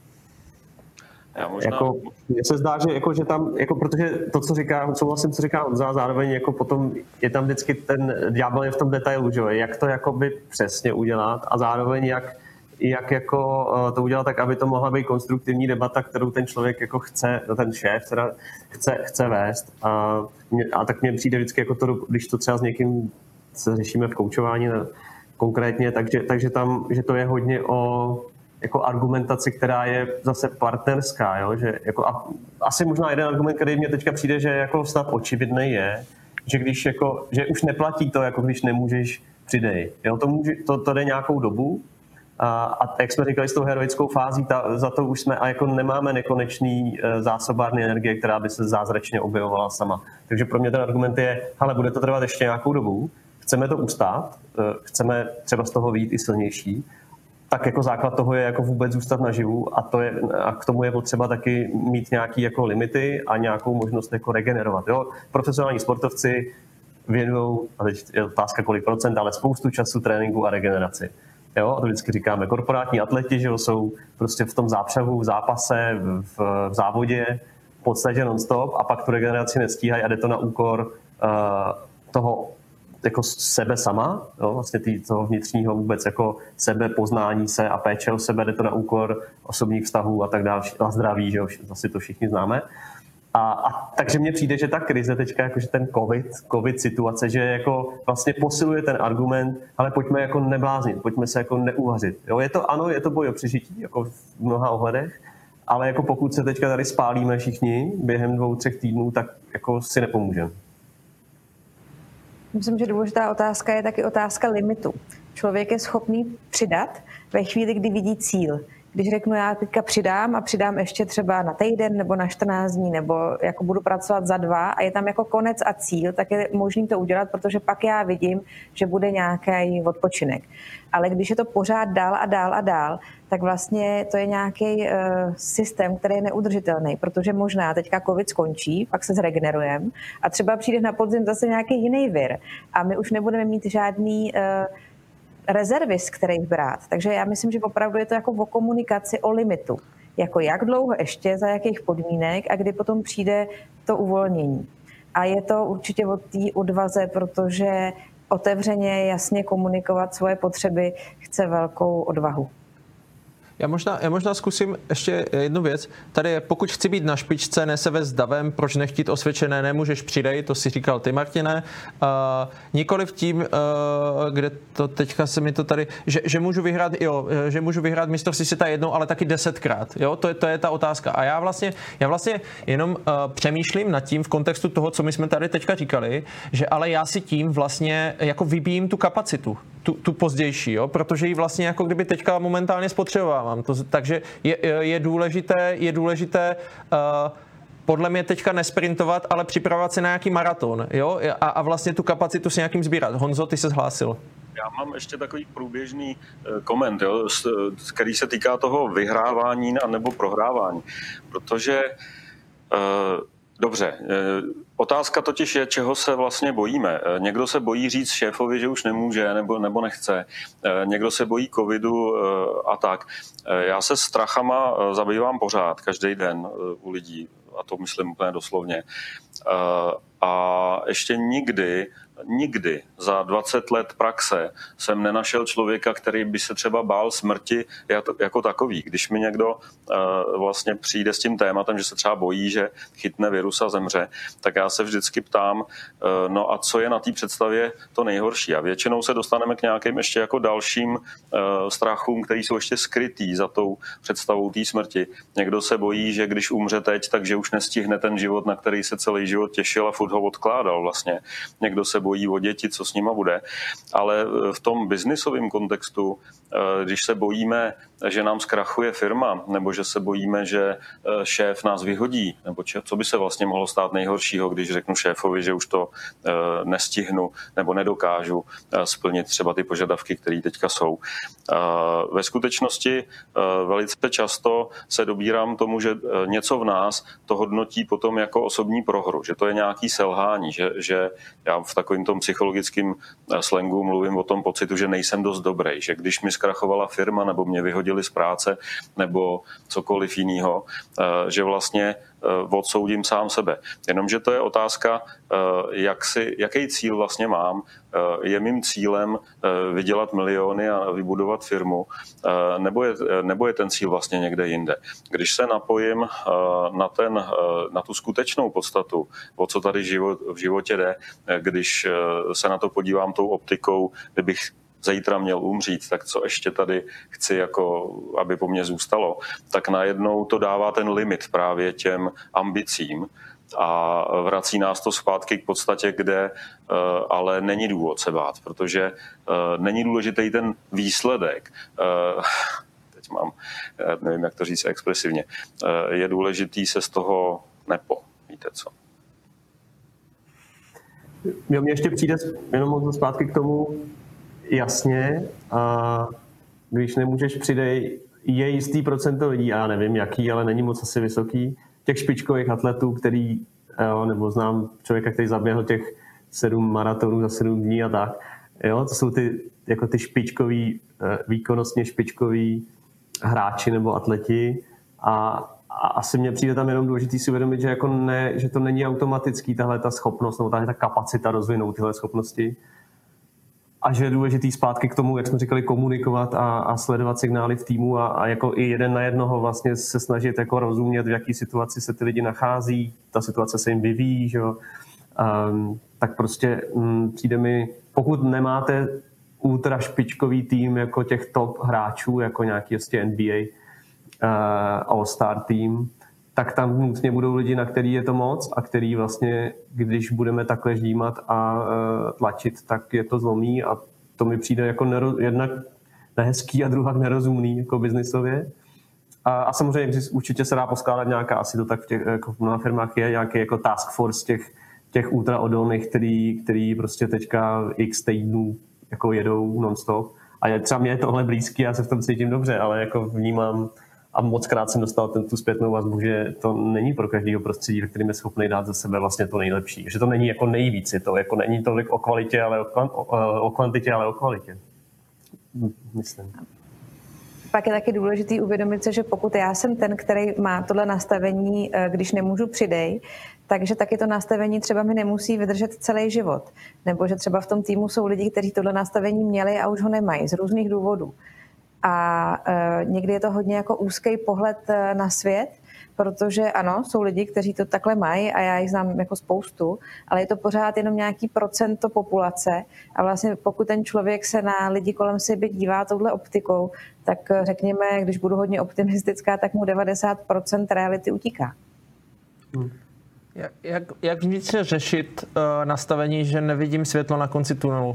jako, mně se zdá, že tam, jako, protože to, co říká, souhlasím, co říká Honza, zároveň jako potom je tam vždycky ten ďábel je v tom detailu, že? Jak to jakoby přesně udělat a zároveň jak jako to udělat tak, aby to mohla být konstruktivní debata, kterou ten člověk jako chce, ten šéf teda chce vést. A tak mně přijde vždycky jako to, když to třeba s někým se řešíme v koučování konkrétně, takže tam, že to je hodně o jako argumentaci, která je zase partnerská, jo? Že jako asi možná jeden argument, který mně teďka přijde, že jako snad očividný je, že když jako, že už neplatí to, jako když nemůžeš, přidej. Jo? To jde nějakou dobu a jak jsme říkali s tou heroickou fází, za to už jsme a jako nemáme nekonečný zásobárny energie, která by se zázračně objevovala sama. Takže pro mě ten argument je, hele, bude to trvat ještě nějakou dobu, chceme to ustát, chceme třeba z toho vyjít i silnější, tak jako základ toho je jako vůbec zůstat naživu a k tomu je potřeba taky mít nějaký jako limity a nějakou možnost jako regenerovat. Jo? Profesionální sportovci věnujou, a teď je otázka kolik procent, ale spoustu času tréninku a regeneraci. Jo? A to vždycky říkáme, korporátní atleti, že jo, jsou prostě v tom zápřahu, v zápase, v závodě v podstatě non-stop a pak tu regeneraci nestíhají a jde to na úkor toho jako sebe sama, jo, vlastně toho vnitřního vůbec jako sebepoznání se a péče o sebe, jde to na úkor osobních vztahů a tak dále, a zdraví, že jo, zase to všichni známe. A takže mně přijde, že ta krize teďka, jakože ten covid situace, že jako vlastně posiluje ten argument, ale pojďme jako nebláznit, pojďme se jako neuvařit. Jo, je to boj o přežití, jako v mnoha ohledech, ale jako pokud se teďka tady spálíme všichni během 2-3 týdnů, tak jako si nepomůžeme. Myslím, že důležitá otázka je taky otázka limitu. Člověk je schopný přidat ve chvíli, kdy vidí cíl. Když řeknu, já teďka přidám ještě třeba na týden nebo na 14 dní, nebo jako budu pracovat za 2 a je tam jako konec a cíl, tak je možný to udělat, protože pak já vidím, že bude nějaký odpočinek. Ale když je to pořád dál a dál a dál, tak vlastně to je nějaký systém, který je neudržitelný, protože možná teďka covid skončí, pak se zregenerujeme a třeba přijde na podzim zase nějaký jiný vir a my už nebudeme mít žádný rezervy, z kterých brát. Takže já myslím, že opravdu je to jako o komunikaci, o limitu. Jako jak dlouho ještě, za jakých podmínek a kdy potom přijde to uvolnění. A je to určitě o té odvaze, protože otevřeně, jasně komunikovat svoje potřeby chce velkou odvahu. Já možná zkusím ještě jednu věc. Tady je, pokud chci být na špičce, ne se vést davem, proč nechtít osvědčené, nemůžeš přidej, to si říkal ty, Martine. Nikoliv tím, kde to teďka se mi to tady, že můžu vyhrát mistrovství světa jednou, ale taky 10krát. Jo? To je ta otázka. A já vlastně jenom přemýšlím nad tím v kontextu toho, co my jsme tady teďka říkali, že ale já si tím vlastně jako vybíjím tu kapacitu, tu pozdější, jo? Protože ji vlastně jako kdyby teďka momentálně spotřebovávám. Takže je důležité podle mě teďka nesprintovat, ale připravovat se na nějaký maraton, jo? A vlastně tu kapacitu si nějakým sbírat. Honzo, ty se zhlásil. Já mám ještě takový průběžný koment, jo, který se týká toho vyhrávání nebo prohrávání, protože dobře, otázka totiž je, čeho se vlastně bojíme. Někdo se bojí říct šéfovi, že už nemůže nebo nechce. Někdo se bojí covidu a tak. Já se strachama zabývám pořád, každý den u lidí, a to myslím úplně doslovně. A ještě nikdy za 20 let praxe jsem nenašel člověka, který by se třeba bál smrti jako takový. Když mi někdo vlastně přijde s tím tématem, že se třeba bojí, že chytne virus a zemře, tak já se vždycky ptám, no a co je na té představě to nejhorší. A většinou se dostaneme k nějakým ještě jako dalším strachům, který jsou ještě skrytý za tou představou té smrti. Někdo se bojí, že když umře teď, takže už nestihne ten život, na který se celý život těšil a furt ho odkládal vlastně. Někdo se bojí o děti, co s nima bude. Ale v tom biznisovém kontextu, když se bojíme, že nám zkrachuje firma, nebo že se bojíme, že šéf nás vyhodí, nebo co by se vlastně mohlo stát nejhoršího, když řeknu šéfovi, že už to nestihnu nebo nedokážu splnit třeba ty požadavky, které teďka jsou. Ve skutečnosti velice často se dobírám tomu, že něco v nás to hodnotí potom jako osobní prohru, že to je nějaký selhání, že já v takovém tom psychologickém slangu mluvím o tom pocitu, že nejsem dost dobrý, že když mi zkrachovala firma nebo mě vyhodil vyhodili z práce nebo cokoliv jiného, že vlastně odsoudím sám sebe. Jenomže to je otázka, jaký cíl vlastně mám. Je mým cílem vydělat miliony a vybudovat firmu, nebo je ten cíl vlastně někde jinde. Když se napojím na tu skutečnou podstatu, o co tady v životě jde, když se na to podívám tou optikou, kdybych zítra měl umřít, tak co ještě tady chci, jako, aby po mně zůstalo, tak najednou to dává ten limit právě těm ambicím a vrací nás to zpátky k podstatě, kde ale není důvod se bát, protože není důležitý ten výsledek. Teď nevím, jak to říct expresivně. Je důležitý se z toho víte co. Jo, mně ještě přijde jenom zpátky k tomu, jasně, a když nemůžeš přidej, je jistý procento lidí, já nevím jaký, ale není moc asi vysoký, těch špičkových atletů, nebo znám člověka, který zaběhl těch 7 maratonů za 7 dní a tak. Jo, to jsou ty špičkoví, výkonnostně špičkoví hráči nebo atleti a asi mně přijde tam jenom důležitý si uvědomit, že, že to není automatický tahle ta schopnost nebo tahle ta kapacita rozvinout tyhle schopnosti. A že je důležitý zpátky k tomu, jak jsme říkali, komunikovat a sledovat signály v týmu a jako i jeden na jednoho vlastně se snažit jako rozumět, v jaký situaci se ty lidi nachází, ta situace se jim vyvíjí, že jo. Tak prostě přijde mi, pokud nemáte ultra špičkový tým jako těch top hráčů, jako nějaký vlastně NBA All-Star tým, tak tam nutně budou lidi, na který je to moc a který vlastně, když budeme takhle ždímat a tlačit, tak je to zlomí a to mi přijde jako jednak nehezký a druhá nerozumný jako biznisově. A samozřejmě určitě se dá poskládat nějaká, asi to tak jako v mnoha firmách je, nějaký jako task force těch ultraodolných, který prostě teďka x týdnů jako jedou non-stop. A třeba mě je tohle blízký, já se v tom cítím dobře, ale jako vnímám a mockrát jsem dostal tu zpětnou vazbu, že to není pro každého prostředí, ve kterém je schopný dát za sebe vlastně to nejlepší. Že to není jako nejvíc, je to jako není tolik o kvalitě, ale o kvantitě, ale o kvalitě. Myslím. Pak je taky důležitý uvědomit se, že pokud já jsem ten, který má tohle nastavení, když nemůžu přidej, takže taky to nastavení třeba mi nemusí vydržet celý život. Nebo že třeba v tom týmu jsou lidi, kteří tohle nastavení měli a už ho nemají z různých důvodů. A někdy je to hodně jako úzký pohled na svět, protože ano, jsou lidi, kteří to takhle mají a já jich znám jako spoustu, ale je to pořád jenom nějaký procento populace a vlastně pokud ten člověk se na lidi kolem sebe dívá touhle optikou, tak řekněme, když budu hodně optimistická, tak mu 90% reality utíká. Jak vnitřně řešit nastavení, že nevidím světlo na konci tunelu?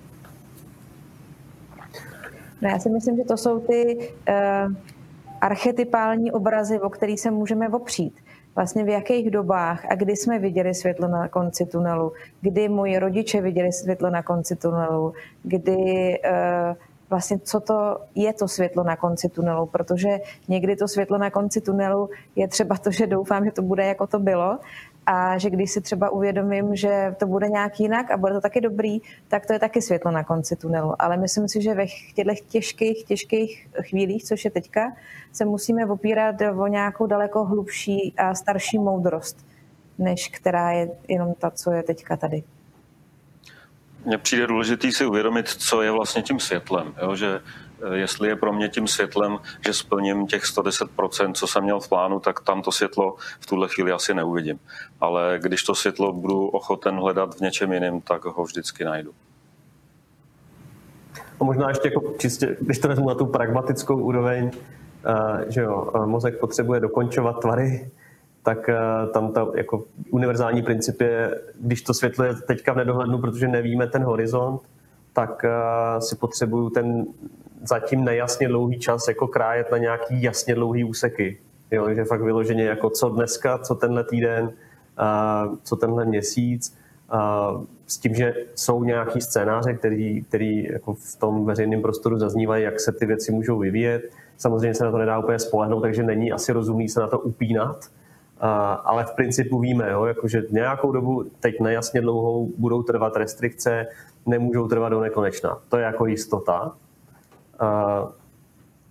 No já si myslím, že to jsou ty archetypální obrazy, o kterých se můžeme opřít. Vlastně v jakých dobách a kdy jsme viděli světlo na konci tunelu, kdy moji rodiče viděli světlo na konci tunelu, kdy vlastně co to je to světlo na konci tunelu, protože někdy to světlo na konci tunelu je třeba to, že doufám, že to bude jako to bylo, a že když si třeba uvědomím, že to bude nějak jinak a bude to taky dobrý, tak to je taky světlo na konci tunelu. Ale myslím si, že ve těchto těžkých chvílích, což je teďka, se musíme opírat o nějakou daleko hlubší a starší moudrost, než která je jenom ta, co je teďka tady. Mně přijde důležitý si uvědomit, co je vlastně tím světlem. Jo? Že jestli je pro mě tím světlem, že splním těch 110%, co jsem měl v plánu, tak tam to světlo v tuhle chvíli asi neuvidím. Ale když to světlo budu ochoten hledat v něčem jiném, tak ho vždycky najdu. A možná ještě jako čistě, když to vezmu na tu pragmatickou úroveň, že jo, mozek potřebuje dokončovat tvary, tak tam ta jako univerzální princip je, když to světlo je teďka v nedohlednu, protože nevíme ten horizont, tak si potřebuju ten zatím nejasně dlouhý čas jako krájet na nějaký jasně dlouhý úseky. Jo, že fakt vyloženě jako co dneska, co tenhle týden, co tenhle měsíc, s tím, že jsou nějaký scénáře, který jako v tom veřejném prostoru zaznívají, jak se ty věci můžou vyvíjet. Samozřejmě se na to nedá úplně spolehnout, takže není asi rozumný se na to upínat, ale v principu víme, jo, jako, že nějakou dobu teď nejasně dlouhou budou trvat restrikce, nemůžou trvat do nekonečna. To je jako jistota.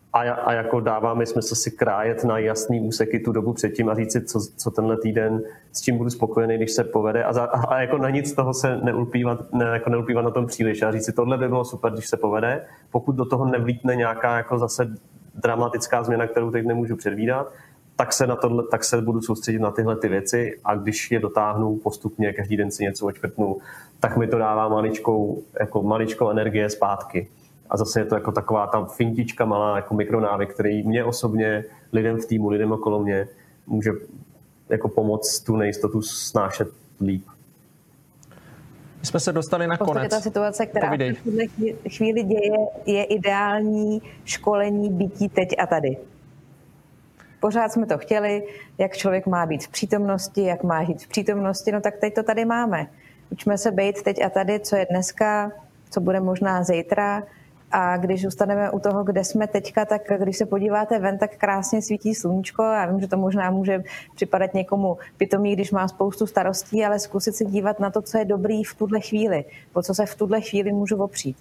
a jako dává mi smysl si krájet na jasný úseky tu dobu předtím a říct si, co tenhle týden, s čím budu spokojený, když se povede a jako na nic z toho se neulpívat na tom příliš a říct si, tohle by bylo super, když se povede, pokud do toho nevlítne nějaká jako zase dramatická změna, kterou teď nemůžu předvídat, tak se budu soustředit na tyhle ty věci a když je dotáhnu postupně, každý den si něco odškrtnu, tak mi to dává maličkou energie zpátky. A zase je to jako taková ta fintička malá, jako mikronávyk, který mě osobně, lidem v týmu, lidem okolo mě může jako pomoct tu nejistotu snášet líp. My jsme se dostali na konec. Ta situace, která v tuhle chvíli děje, je ideální školení bytí teď a tady. Pořád jsme to chtěli, jak člověk má být v přítomnosti, jak má žít v přítomnosti, no tak teď to tady máme. Učíme se být teď a tady, co je dneska, co bude možná zítra. A když zůstaneme u toho, kde jsme teďka, tak když se podíváte ven, tak krásně svítí sluníčko. Já vím, že to možná může připadat někomu pitomý, když má spoustu starostí, ale zkusit se dívat na to, co je dobrý v tuhle chvíli, po co se v tuhle chvíli můžu opřít.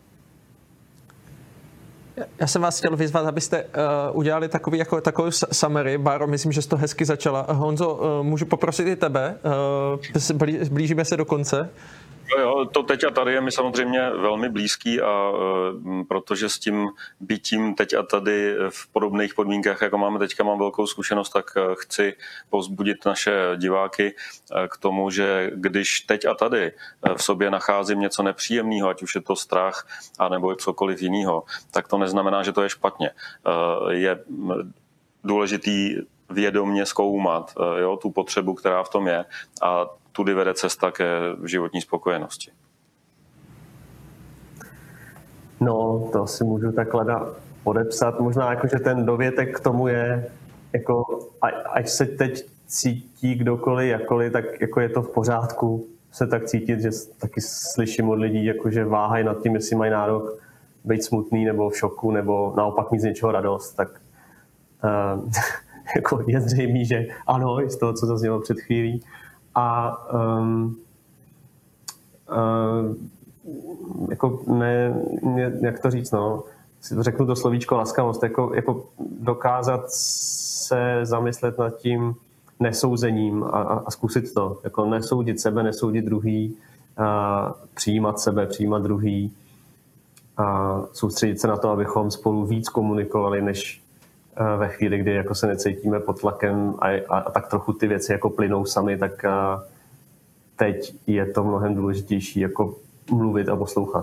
Já jsem vás chtěl vyzvat, abyste udělali takový summary. Báro, myslím, že jsi to hezky začala. Honzo, můžu poprosit i tebe? Blížíme se do konce. Jo, to teď a tady je mi samozřejmě velmi blízký a protože s tím bytím teď a tady v podobných podmínkách, jako máme teďka, mám velkou zkušenost, tak chci povzbudit naše diváky k tomu, že když teď a tady v sobě nacházím něco nepříjemného, ať už je to strach anebo cokoliv jiného, tak to neznamená, že to je špatně. Je důležitý vědomě zkoumat tu potřebu, která v tom je a tudy vede cesta ke životní spokojenosti. No, to si můžu takhle podepsat. Možná jako, že ten dovětek k tomu je, jako, ať se teď cítí kdokoliv, jakkoliv, tak jako je to v pořádku se tak cítit, že taky slyším od lidí, jako, že váhají nad tím, jestli mají nárok být smutný nebo v šoku, nebo naopak mít z něčeho radost, tak jako je zřejmé, že ano, z toho, co zaznělo před chvílí. A jako jak to říct, no, řeknu to slovíčko laskavost, jako dokázat se zamyslet nad tím nesouzením a zkusit to, jako nesoudit sebe, nesoudit druhý, přijímat sebe, přijímat druhý a soustředit se na to, abychom spolu víc komunikovali, než ve chvíli, kdy jako se necítíme pod tlakem a tak trochu ty věci jako plynou sami, tak teď je to mnohem důležitější jako mluvit a poslouchat.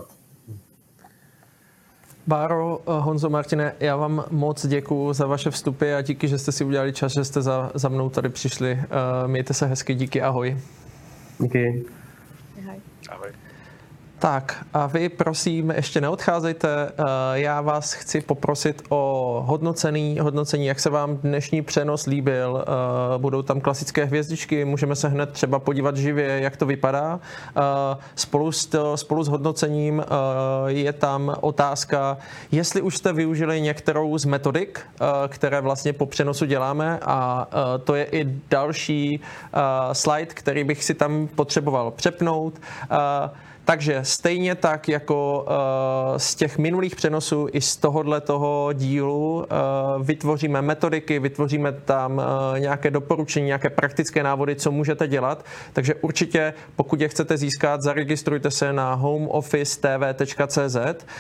Báro, Honzo, Martine, já vám moc děkuju za vaše vstupy a díky, že jste si udělali čas, že jste za mnou tady přišli. Mějte se hezky, díky, ahoj. Díky. Ahoj. Tak a vy prosím ještě neodcházejte, já vás chci poprosit o hodnocení, jak se vám dnešní přenos líbil, budou tam klasické hvězdičky, můžeme se hned třeba podívat živě, jak to vypadá. Spolu s hodnocením je tam otázka, jestli už jste využili některou z metodik, které vlastně po přenosu děláme a to je i další slide, který bych si tam potřeboval přepnout. Takže stejně tak jako z těch minulých přenosů i z tohoto dílu vytvoříme metodiky, vytvoříme tam nějaké doporučení, nějaké praktické návody, co můžete dělat. Takže určitě, pokud je chcete získat, zaregistrujte se na homeofficetv.cz.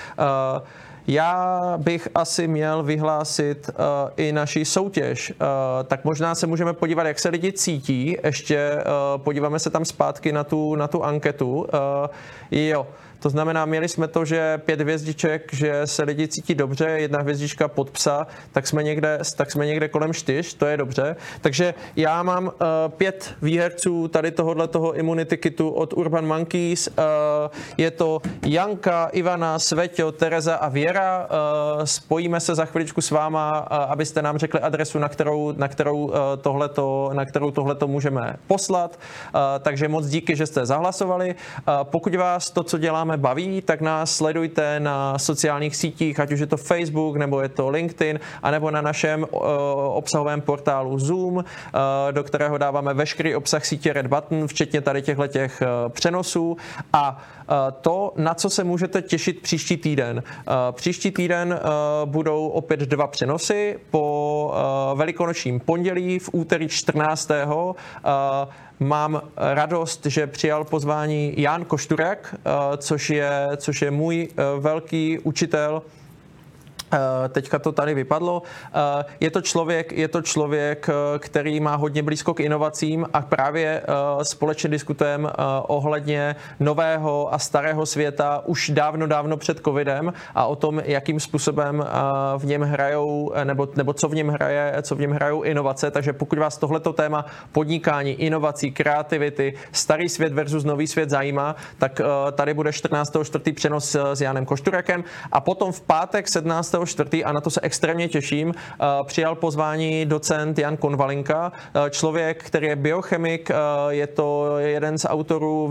Já bych asi měl vyhlásit i naši soutěž. Tak možná se můžeme podívat, jak se lidi cítí. Ještě podíváme se tam zpátky na tu anketu. Jo. To znamená, měli jsme to, že 5 hvězdiček, že se lidi cítí dobře, 1 hvězdička pod psa, tak jsme někde kolem 4, to je dobře. Takže já mám 5 výherců tady tohoto Immunity Kitu od Urban Monkeys. Je to Janka, Ivana, Sveťo, Tereza a Věra. Spojíme se za chviličku s váma, abyste nám řekli adresu, na kterou tohleto můžeme poslat. Takže moc díky, že jste zahlasovali. Pokud vás to, co děláme, děláme, baví, tak nás sledujte na sociálních sítích, ať už je to Facebook, nebo je to LinkedIn, anebo na našem obsahovém portálu Zoom, do kterého dáváme veškerý obsah sítě Red Button, včetně tady těchto přenosů. A to, na co se můžete těšit příští týden. Příští týden budou opět 2 přenosy po velikonočním pondělí, v úterý 14. Mám radost, že přijal pozvání Jan Košturek, což je můj velký učitel. Teďka to tady vypadlo. Je to člověk, který má hodně blízko k inovacím a právě společně diskutujeme ohledně nového a starého světa už dávno před covidem a o tom, jakým způsobem v něm hrajou, nebo co v něm hrajou inovace. Takže pokud vás tohleto téma podnikání, inovací, kreativity, starý svět versus nový svět zajímá, tak tady bude 14.4. přenos s Janem Košturekem a potom v pátek 17.4. a na to se extrémně těším, přijal pozvání docent Jan Konvalinka, člověk, který je biochemik, je to jeden z autorů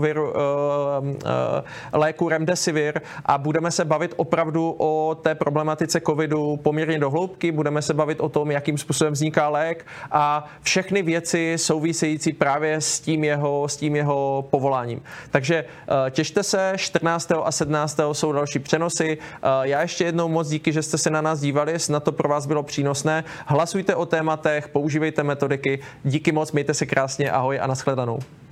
léku Remdesivir a budeme se bavit opravdu o té problematice covidu poměrně do hloubky, budeme se bavit o tom, jakým způsobem vzniká lék a všechny věci související právě s tím jeho povoláním. Takže těšte se, 14. a 17. jsou další přenosy. Já ještě jednou moc díky, že jste se na nás dívali, snad to pro vás bylo přínosné. Hlasujte o tématech, používejte metodiky. Díky moc, mějte se krásně, ahoj a nashledanou.